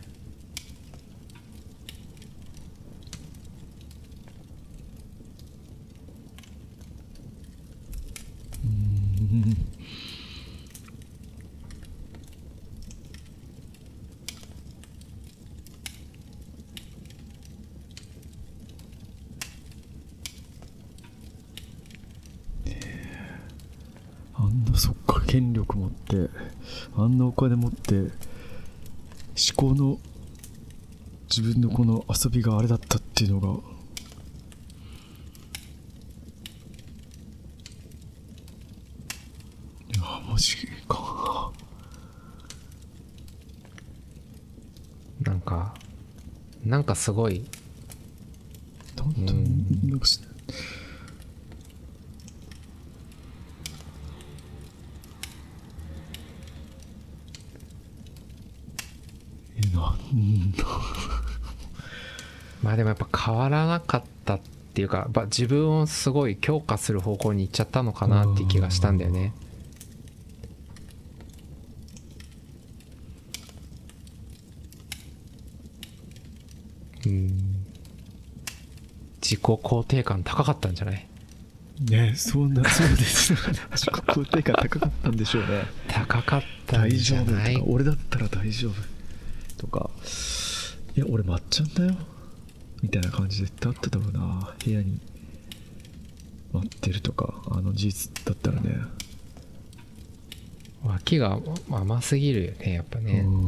B: あんな、そっか、権力持ってあんなお金持って思考の自分のこの遊びがあれだったっていうのが、いやマジか。
A: なんかなんかすごい
B: なんだ、なんか
A: まあでもやっぱ変わらなかったっていうか、自分をすごい強化する方向に行っちゃったのかなっていう気がしたんだよね。うん、自己肯定感高かったんじゃない？
B: ね、そうな、そうです自己肯定感高かったんでしょうね。
A: 高かったんじゃない？
B: 大丈夫とか、俺だったら大丈夫とか、いや俺まっちゃんだよみたいな感じで絶対あっただろうな。部屋に待ってるとか、あの事実だったらね。
A: 脇が甘すぎるよねやっぱね。うん、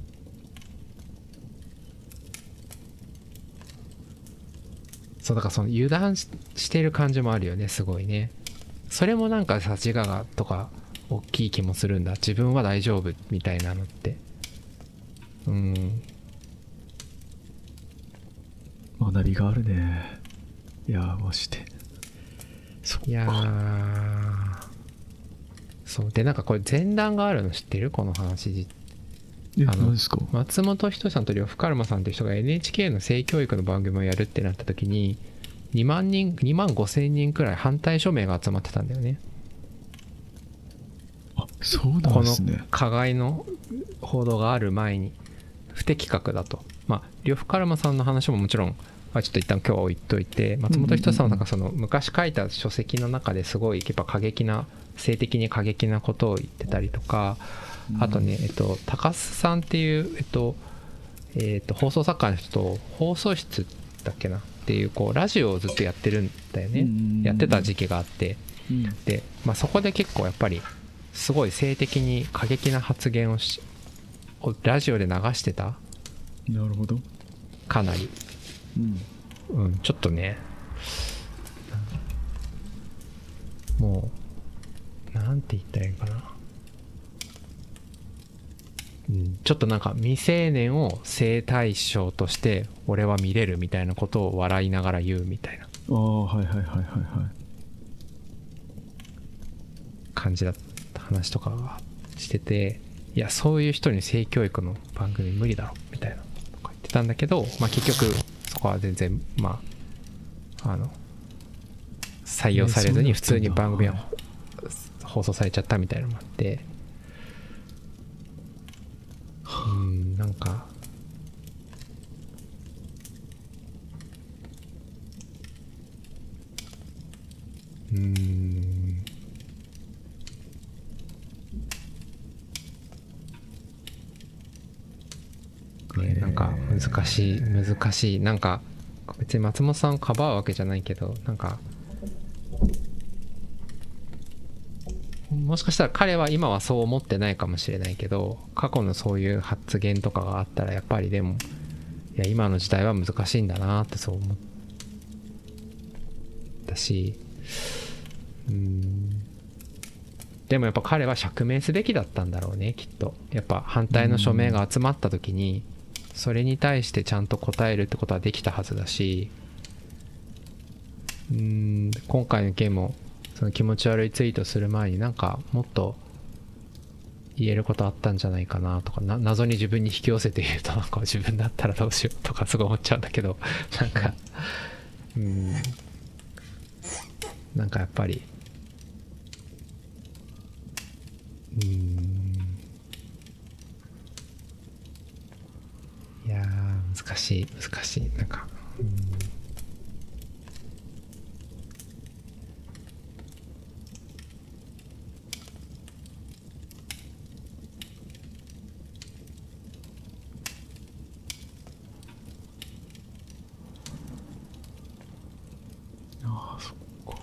A: そうだからその油断 し, してる感じもあるよね、すごいね。それもなんかさ、自我がとか大きい気もするんだ、自分は大丈夫みたいなのって。うん、
B: 学びがあるね。いやーマジで。そっか。
A: いやーそうで、なんかこれ前段があるの知ってる？この話。
B: え、あの何ですか？
A: 松本人志さんと呂布カルマさんという人が エヌエイチケー の性教育の番組をやるってなった時ににまんにんにまんごせんにんくらい反対署名が集まってたんだよね。
B: あ、そうなんですね。
A: この加害の報道がある前に不適格だと。まあ呂布カルマさんの話ももちろんちょっと一旦今日は置いといて、松本人志さんはなんかその昔書いた書籍の中ですごいやっぱ過激な、性的に過激なことを言ってたりとか、あとね、えっと、高須さんっていう、えっとえっと、放送作家の人と放送室だっけなっていう、こうラジオをずっとやってるんだよね。やってた時期があって、で、まあ、そこで結構やっぱりすごい性的に過激な発言をしをラジオで流してた。
B: なるほど。
A: かなり、うんうん、ちょっとね、もうなんて言ったらいいかな、うん、ちょっとなんか未成年を性対象として俺は見れるみたいなことを笑いながら言うみたいな、
B: ああはいはいはいはいはい
A: 感じだった話とかしてて、いやそういう人に性教育の番組無理だろみたいなとか言ってたんだけど、まあ結局そこは全然まああの採用されずに普通に番組は放送されちゃったみたいなのもあって、うんなんかうーんね、なんか難しい難しい、なんか別に松本さんをかばうわけじゃないけど、なんかほんもしかしたら彼は今はそう思ってないかもしれないけど、過去のそういう発言とかがあったらやっぱりでも、いや今の時代は難しいんだなってそう思ったし、うーんでもやっぱ彼は釈明すべきだったんだろうね、きっと。やっぱ反対の署名が集まった時にそれに対してちゃんと答えるってことはできたはずだし、うーん今回の件もその気持ち悪いツイートする前になんかもっと言えることあったんじゃないかなとか、な謎に自分に引き寄せて言うとなんか自分だったらどうしようとかすごい思っちゃうんだけど、なんかうーんなんかやっぱりうーんいやー難しい難しいなんかうーん
B: ああそっか。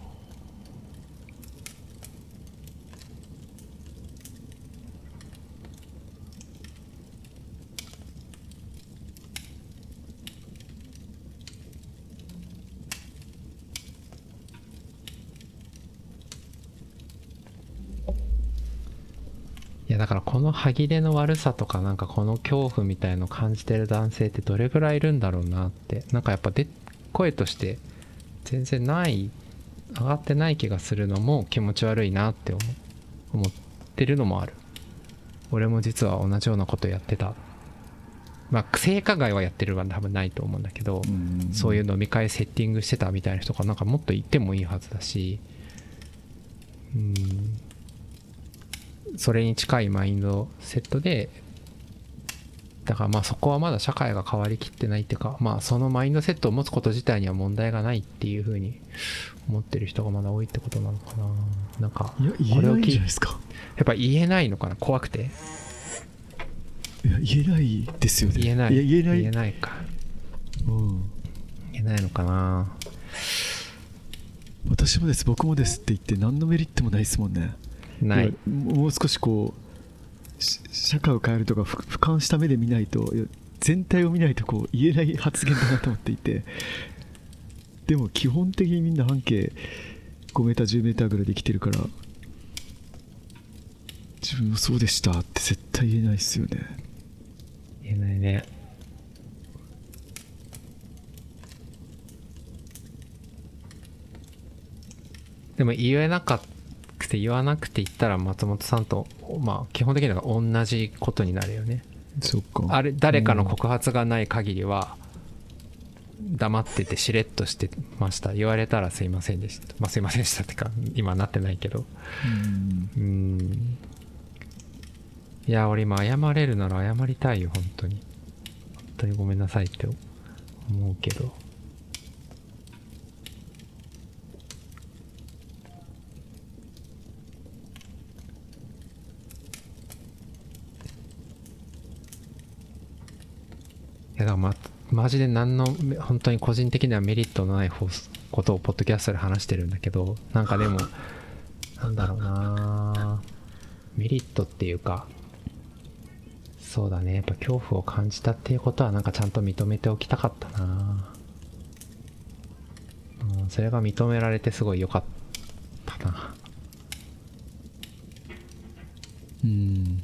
A: いやだからこの歯切れの悪さとかなんかこの恐怖みたいのを感じてる男性ってどれぐらいいるんだろうなって、なんかやっぱで声として全然ない上がってない気がするのも気持ち悪いなって思思ってるのもある。俺も実は同じようなことやってた、まあ性加害はやってるは多分ないと思うんだけど、
B: うん
A: そういう飲み会セッティングしてたみたいな人がなんかもっといてもいいはずだし、うんそれに近いマインドセットで、だからまあそこはまだ社会が変わりきってないっていうか、まあそのマインドセットを持つこと自体には問題がないっていう風に思ってる人がまだ多いってことなのかな。なんか
B: いや言えないんじゃないですか。
A: やっぱ言えないのかな、怖くて。
B: いや言えないですよね。
A: 言えない
B: いや言えない。
A: 言えないか、
B: うん、
A: 言えないのかな。
B: 私もです僕もですって言って何のメリットもないですもんね。
A: ない。
B: もう少しこう社会を変えるとかふ俯瞰した目で見ないと、いや全体を見ないとこう言えない発言だなと思っていて、でも基本的にみんな半径ごメーターじゅうメーターぐらいで生きてるから、自分もそうでしたって絶対言えないですよね。
A: 言えないね。でも言えなかくて言わなくて言ったら松本さんとまあ基本的には同じことになるよね。
B: そっか。
A: あれ誰かの告発がない限りは黙っててしれっとしてました。言われたらすいませんでした、まあすいませんでしたってか今なってないけど、うんうんいや俺今謝れるなら謝りたいよ本当に。本当にごめんなさいって思うけど、いやだからまマジで何の本当に個人的にはメリットのないことをポッドキャストで話してるんだけど、なんかでもなんだろうな、メリットっていうか、そうだね、やっぱ恐怖を感じたっていうことはなんかちゃんと認めておきたかったな、うん、それが認められてすごい良かったな。
B: うん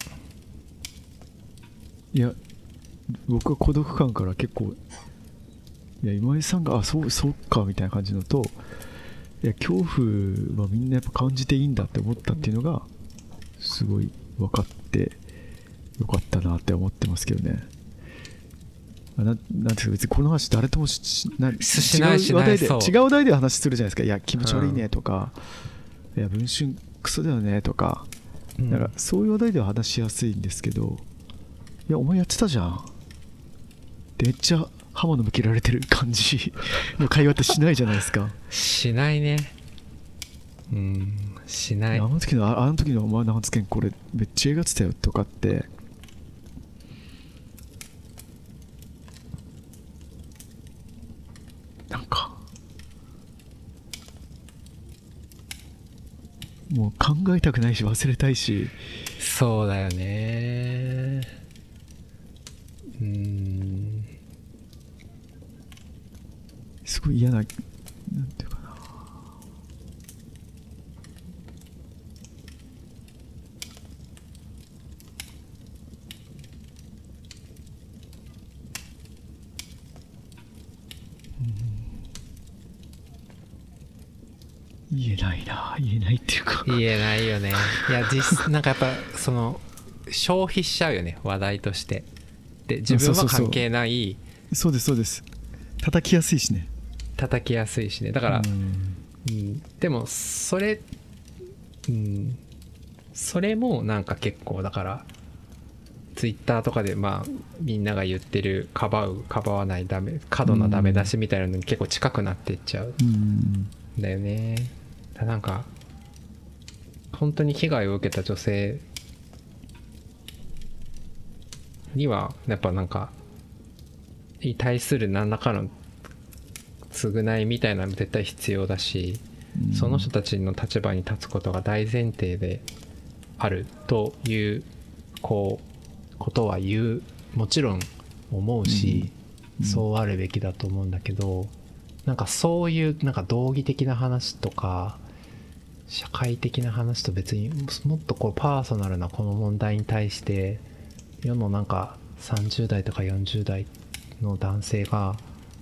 B: いや僕は孤独感から結構、いや今井さんがあそうそうかみたいな感じのと、いや恐怖はみんなやっぱ感じていいんだって思ったっていうのがすごい分かってよかったなって思ってますけどね。ななんていうか別にこの話誰ともししな
A: しない
B: 違う話題で
A: しない
B: 違う話題で話するじゃないですか。いや気持ち悪いねとか、うん、いや文春クソだよねとか、うん、なんかそういう話題では話しやすいんですけど、いやお前やってたじゃんめっちゃ刃物向けられてる感じの会話ってしないじゃないですか。
A: しないね。うんしない。
B: あの時のあの時のお前の発言これめっちゃ映画ってたよとかってなんかもう考えたくないし忘れたいし。
A: そうだよね。うーん、
B: すごい嫌な、なんていうかな、言えないな、言えないっていうか、
A: 言えないよね。いや実なんかやっぱその消費しちゃうよね、話題として。で自分は関係ない。
B: そうですそうです。叩きやすいしね。
A: 叩きやすいしね。だから、うんうん、でもそれ、うん、それもなんか結構だからツイッターとかでまあみんなが言ってるかばうかばわないダメ過度なダメ出しみたいなのに結構近くなっていっちゃうんだよね。だなんか本当に被害を受けた女性にはやっぱなんかに対する何らかの償いみたいなの絶対必要だし、その人たちの立場に立つことが大前提であるというこうことは言う、もちろん思うし、そうあるべきだと思うんだけど、なんかそういうなんか道義的な話とか社会的な話と別にもっとこうパーソナルなこの問題に対して世のなんかさんじゅう代とかよんじゅう代の男性が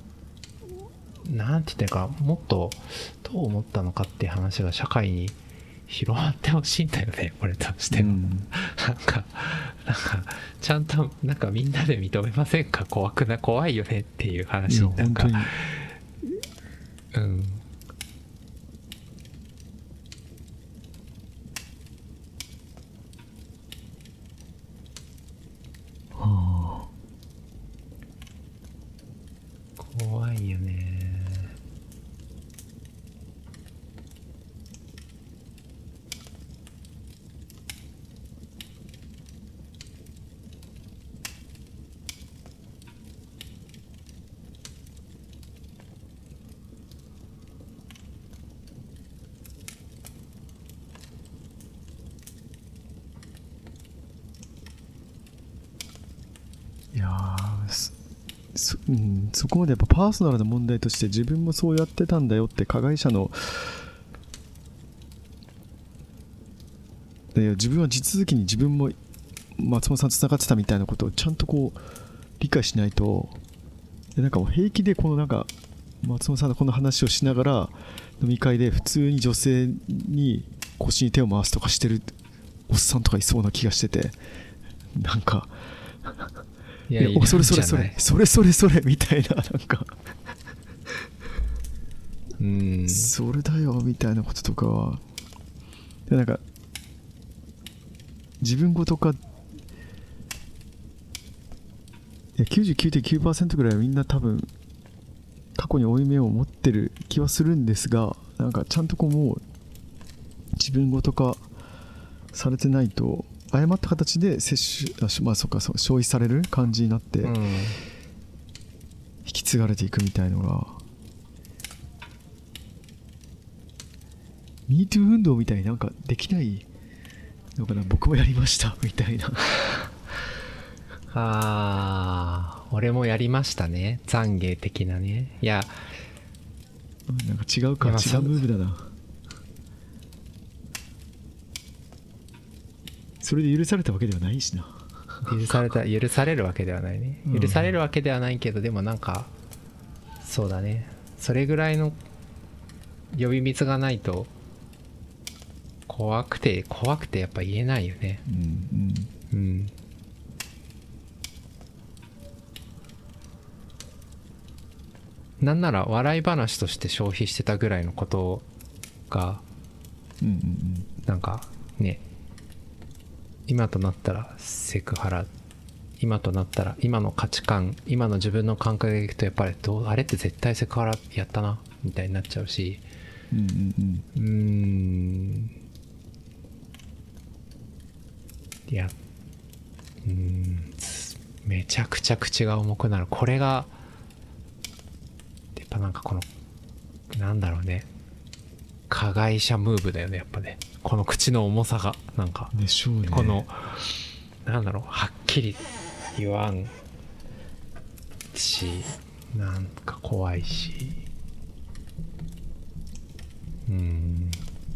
A: なんて言ってるか、もっとどう思ったのかっていう話が社会に広まってほしいんだよね、俺としても、うん、なんかなんかちゃんとなんかみんなで認めませんか、怖くな怖いよねっていう話になんかうん。
B: はあ、
A: 怖いよね。
B: いやー そ,、うん、そこまでやっぱパーソナルな問題として自分もそうやってたんだよって加害者ので自分は地続きに自分も松本さんとつながってたみたいなことをちゃんとこう理解しないと、でなんかもう平気でこのなんか松本さんのこの話をしながら飲み会で普通に女性に腰に手を回すとかしてるおっさんとかいそうな気がしてて、なんかいやいやそれそれそれそれそれそれみたいな、なんか
A: うん、
B: それだよみたいなこととかはでなんか自分ごとかいや きゅうじゅうきゅうてんきゅうパーセント ぐらいはみんな多分過去に負い目を持ってる気はするんですが、なんかちゃんとこうもう自分ごと化されてないと誤った形で摂取、あまあそうかそう消費される感じになって、うん、引き継がれていくみたいのが ミートゥー 運動みたいになんかできないのかな、僕もやりましたみたいな
A: あー俺もやりましたね、懺悔的なね。いや
B: なんか違うか、違うムーブだな。それで許されたわけではないしな。
A: 許された許されるわけではないね、許されるわけではないけど、でもなんかそうだね、それぐらいの呼び水がないと怖くて怖くてやっぱ言えないよね。
B: うんうん、うん、
A: なんなら笑い話として消費してたぐらいのことが、
B: うんうんうん、
A: なんかね、今となったらセクハラ、今となったら今の価値観、今の自分の感覚でいくとやっぱりどうあれって絶対セクハラやったなみたいになっちゃうし、
B: うんうんうん、
A: うーんいやうーんめちゃくちゃ口が重くなる。これがやっぱなんかこのなんだろうね、 加害者ムーブだよねやっぱね、この口の重さがなんか
B: でしょうね。
A: このなんだろう、はっきり言わんしなんか怖いし、うーん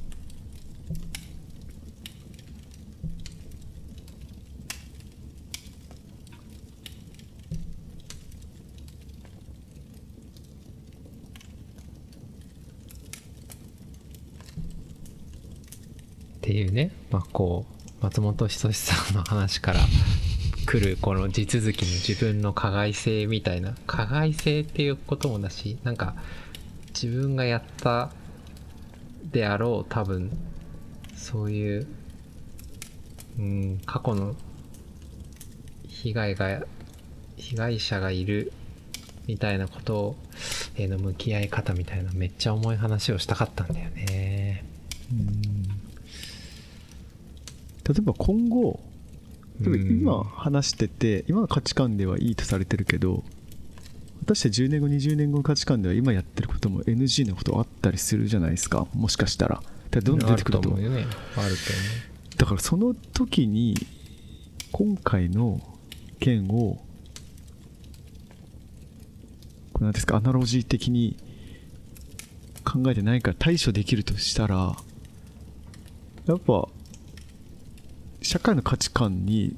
A: っていうね、まあこう松本人志さんの話から来るこの地続きの自分の加害性みたいな、加害性っていうこともだし、なんか自分がやったであろう多分そういう、うん、過去の被害が被害者がいるみたいなことへの向き合い方みたいなめっちゃ重い話をしたかったんだよね。
B: うん、例えば今後、例えば今話してて今の価値観ではいいとされてるけど、果たしてじゅうねんごにじゅうねんごの価値観では今やってることも エヌジー のことあったりするじゃないですか、もしかしたら。だどんどん出てくると
A: あると思うよね。あると思う。
B: だからその時に今回の件を何ですか、アナロジー的に考えてないから対処できるとしたら、やっぱ社会の価値観に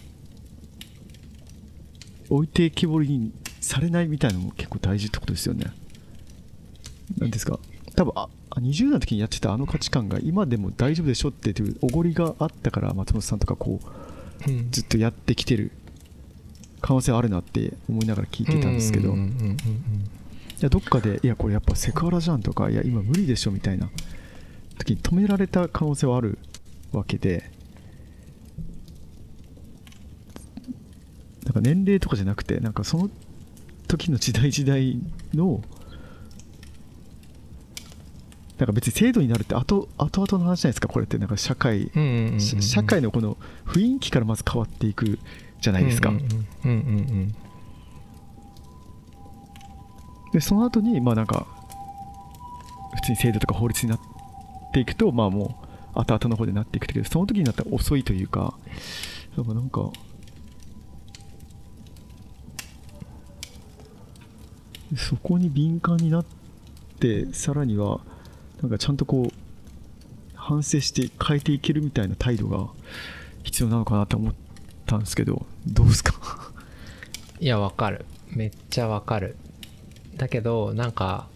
B: 置いてきぼりにされないみたいなのも結構大事ってことですよね。なんですか、多分あにじゅう代の時にやってたあの価値観が今でも大丈夫でしょっていうおごりがあったから松本さんとかこう、うん、ずっとやってきてる可能性はあるなって思いながら聞いてたんですけど、いやどっかでいやこれやっぱセクハラじゃんとか、いや今無理でしょみたいな時に止められた可能性はあるわけで、なんか年齢とかじゃなくて、なんかその時の時代時代のなんか別に制度になるって後々の話じゃないですか、これってなんか社会、うんうんうんうん、社会のこの雰囲気からまず変わっていくじゃないですか。でその後にまあなんか普通に制度とか法律になっていくと、まあもう後々の方でなっていくけど、その時になったら遅いというか、なんかそこに敏感になって、さらにはなんかちゃんとこう反省して変えていけるみたいな態度が必要なのかなと思ったんですけど、どうですか？
A: いやわかる、めっちゃわかる。だけどなんか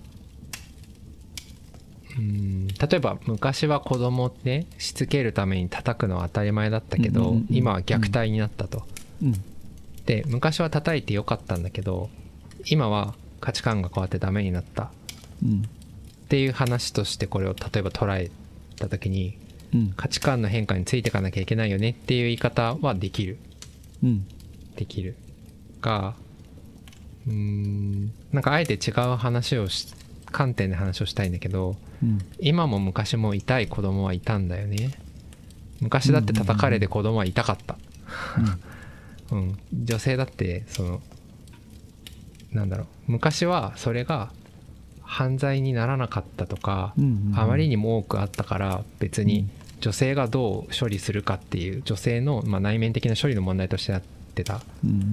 A: うーん例えば昔は子供ってしつけるために叩くのは当たり前だったけど、うんうんうん、今は虐待になったと、うん、で昔は叩いてよかったんだけど今は価値観が変わってダメになった、うん、っていう話としてこれを例えば捉えた時に、うん、価値観の変化についていかなきゃいけないよねっていう言い方はできる、うん、できるが、うーんなんかあえて違う話をし観点で話をしたいんだけど、うん、今も昔も痛い子供はいたんだよね。昔だって叩かれて子供は痛かった、うんうん、女性だってそのなんだろう、昔はそれが犯罪にならなかったとか、うんうんうん、あまりにも多くあったから別に女性がどう処理するかっていう女性のまあ内面的な処理の問題としてなってた、うんうんうん、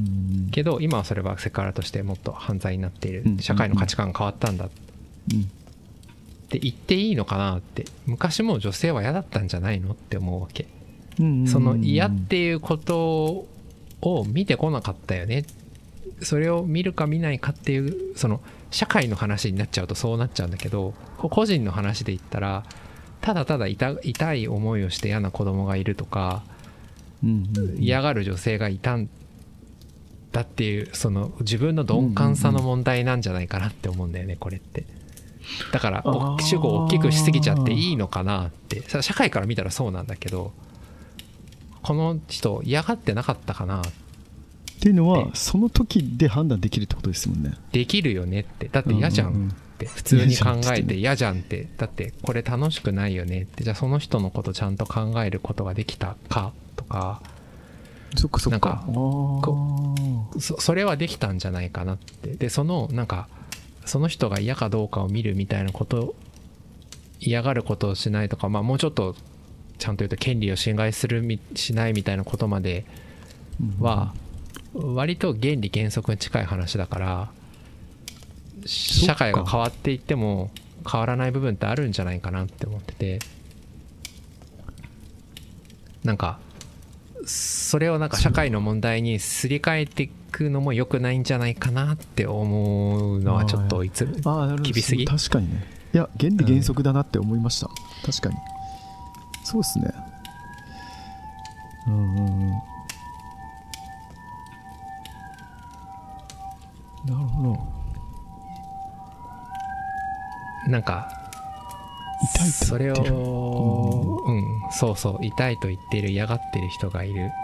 A: けど今はそれはセクハラとしてもっと犯罪になっている、うんうんうん、社会の価値観が変わったんだ、うん、って言っていいのかなって。昔も女性は嫌だったんじゃないのって思うわけ、うんうんうん、その嫌っていうことを見てこなかったよね、それを見るか見ないかっていうその社会の話になっちゃうとそうなっちゃうんだけど、個人の話で言ったらただただ 痛, 痛い思いをして嫌な子供がいるとか、うんうんうん、嫌がる女性がいたんだっていうその自分の鈍感さの問題なんじゃないかなって思うんだよねこれって。だから主語を大きくしすぎちゃっていいのかなって、社会から見たらそうなんだけど、この人嫌がってなかったかな
B: っていうのはその時で判断できるってことですもんね。
A: できるよねって。だって嫌じゃんって普通に考えて嫌じゃんって、だってこれ楽しくないよねって、じゃあその人のことちゃんと考えることができたかとか、
B: そっかそっか、
A: なんかこ そ, それはできたんじゃないかなって。でそのなんかその人が嫌かどうかを見るみたいなこと嫌がることをしないとか、まあ、もうちょっとちゃんと言うと権利を侵害するみしないみたいなことまでは割と原理原則に近い話だから、社会が変わっていっても変わらない部分ってあるんじゃないかなって思ってて、なんかそれをなんか社会の問題にすり替えていくのも良くないんじゃないかなって思うのはちょっといつ厳しすぎ。
B: 確かにね。いや原理原則だなって思いました、うん、確かにそうですね。うんうんうん、なるほど。
A: なんか
B: 痛いと
A: それ
B: 言ってる、
A: を、うん、うん、そうそう痛いと言っている嫌がってる人がいる。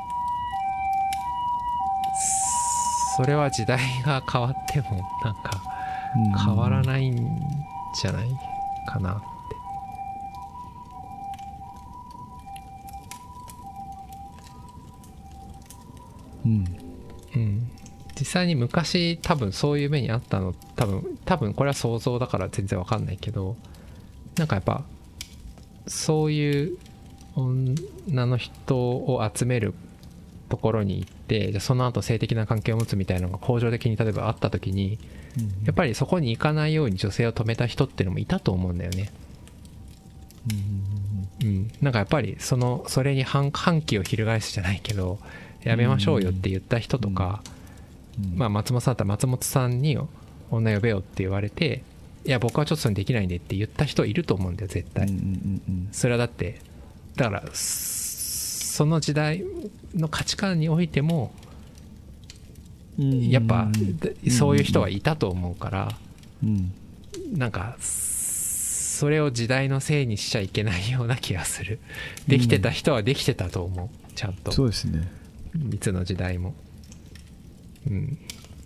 A: それは時代が変わってもなんか変わらないんじゃないかなって。
B: うん
A: うん、実際に昔多分そういう目にあったの多分多分これは想像だから全然わかんないけど、なんかやっぱそういう女の人を集めるところに行って、じゃその後性的な関係を持つみたいなのが恒常的に例えばあった時に、うん、やっぱりそこに行かないように女性を止めた人っていうのもいたと思うんだよね。うん、うん、なんかやっぱりそのそれに反反旗を翻すじゃないけどやめましょうよって言った人とか、うんうん、まあ松本さんだったら松本さんに女呼べよって言われて、いや僕はちょっとそれできないんでって言った人いると思うんだよ絶対、うんうんうん、それはだってだからその時代の価値観においてもやっぱそういう人はいたと思うから、うんうん、なんかそれを時代のせいにしちゃいけないような気がする。できてた人はできてたと思う、ちゃんと。
B: そうですね。
A: いつの時代も、うん、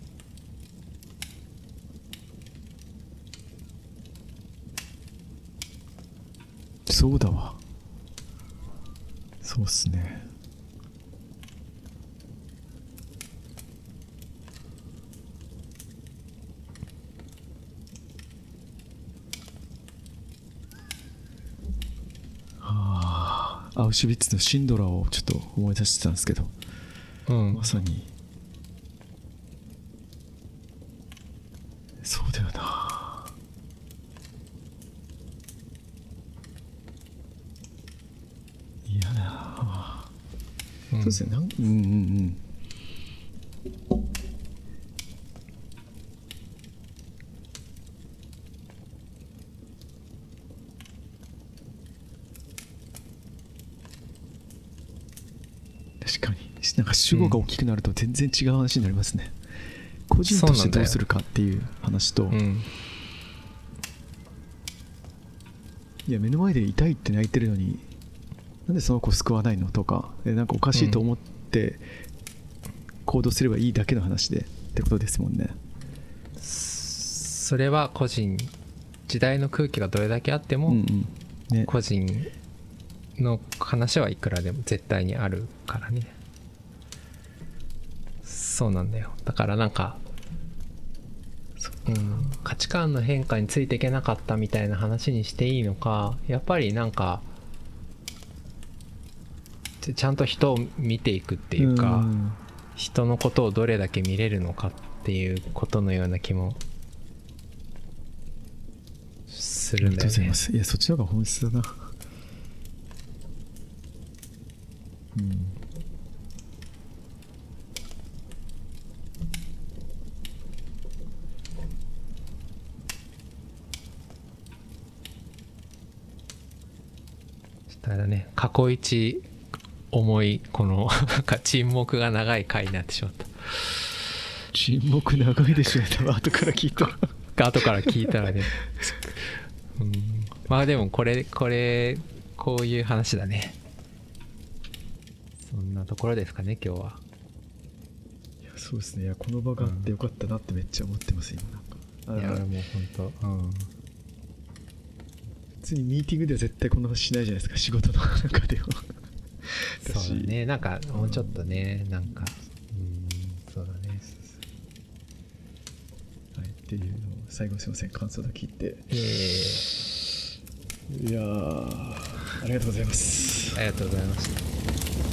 B: そうだわ。そうっすね。はあ、アウシュビッツのシンドラーをちょっと思い出してたんですけど、うん、まさにそうだよな。いやな、うん、そうですね。なんうんうんうん確かになんか主語が大きくなると全然違う話になりますね、うん、個人としてどうするかっていう話と、うん、いや目の前で痛いって泣いてるのになんでその子救わないのとか、なんかおかしいと思って行動すればいいだけの話でってことですもんね。
A: それは個人、時代の空気がどれだけあっても、うんうんね、個人の話はいくらでも絶対にあるからね。そうなんだよ。だからなんか、うん、価値観の変化についていけなかったみたいな話にしていいのか、やっぱりなんかちゃんと人を見ていくっていうか、うん、人のことをどれだけ見れるのかっていうことのような気もするんだよね。ありがとうございます。
B: いやそっちの方が本質だな。うん
A: あれだね、過去一重いこの沈黙が長い回になってしまった。
B: 沈黙長いでしょ多分後から聞いた
A: ら後から聞いたらねうん、まあでもこれこれこういう話だね。そんなところですかね今日は。
B: いやそうですね。いやこの場があってよかったなってめっちゃ思ってます今。なんか
A: いやもう本当、うん、
B: 普通にミーティングでは絶対こんな話しないじゃないですか仕事の中では
A: そうだね。なんかもうちょっとね、うん、なんかうんそうだね。
B: はいっていうのを最後すいません感想だけ聞いて。
A: いえいえ
B: いやーありがとうございます。
A: ありがとうございました。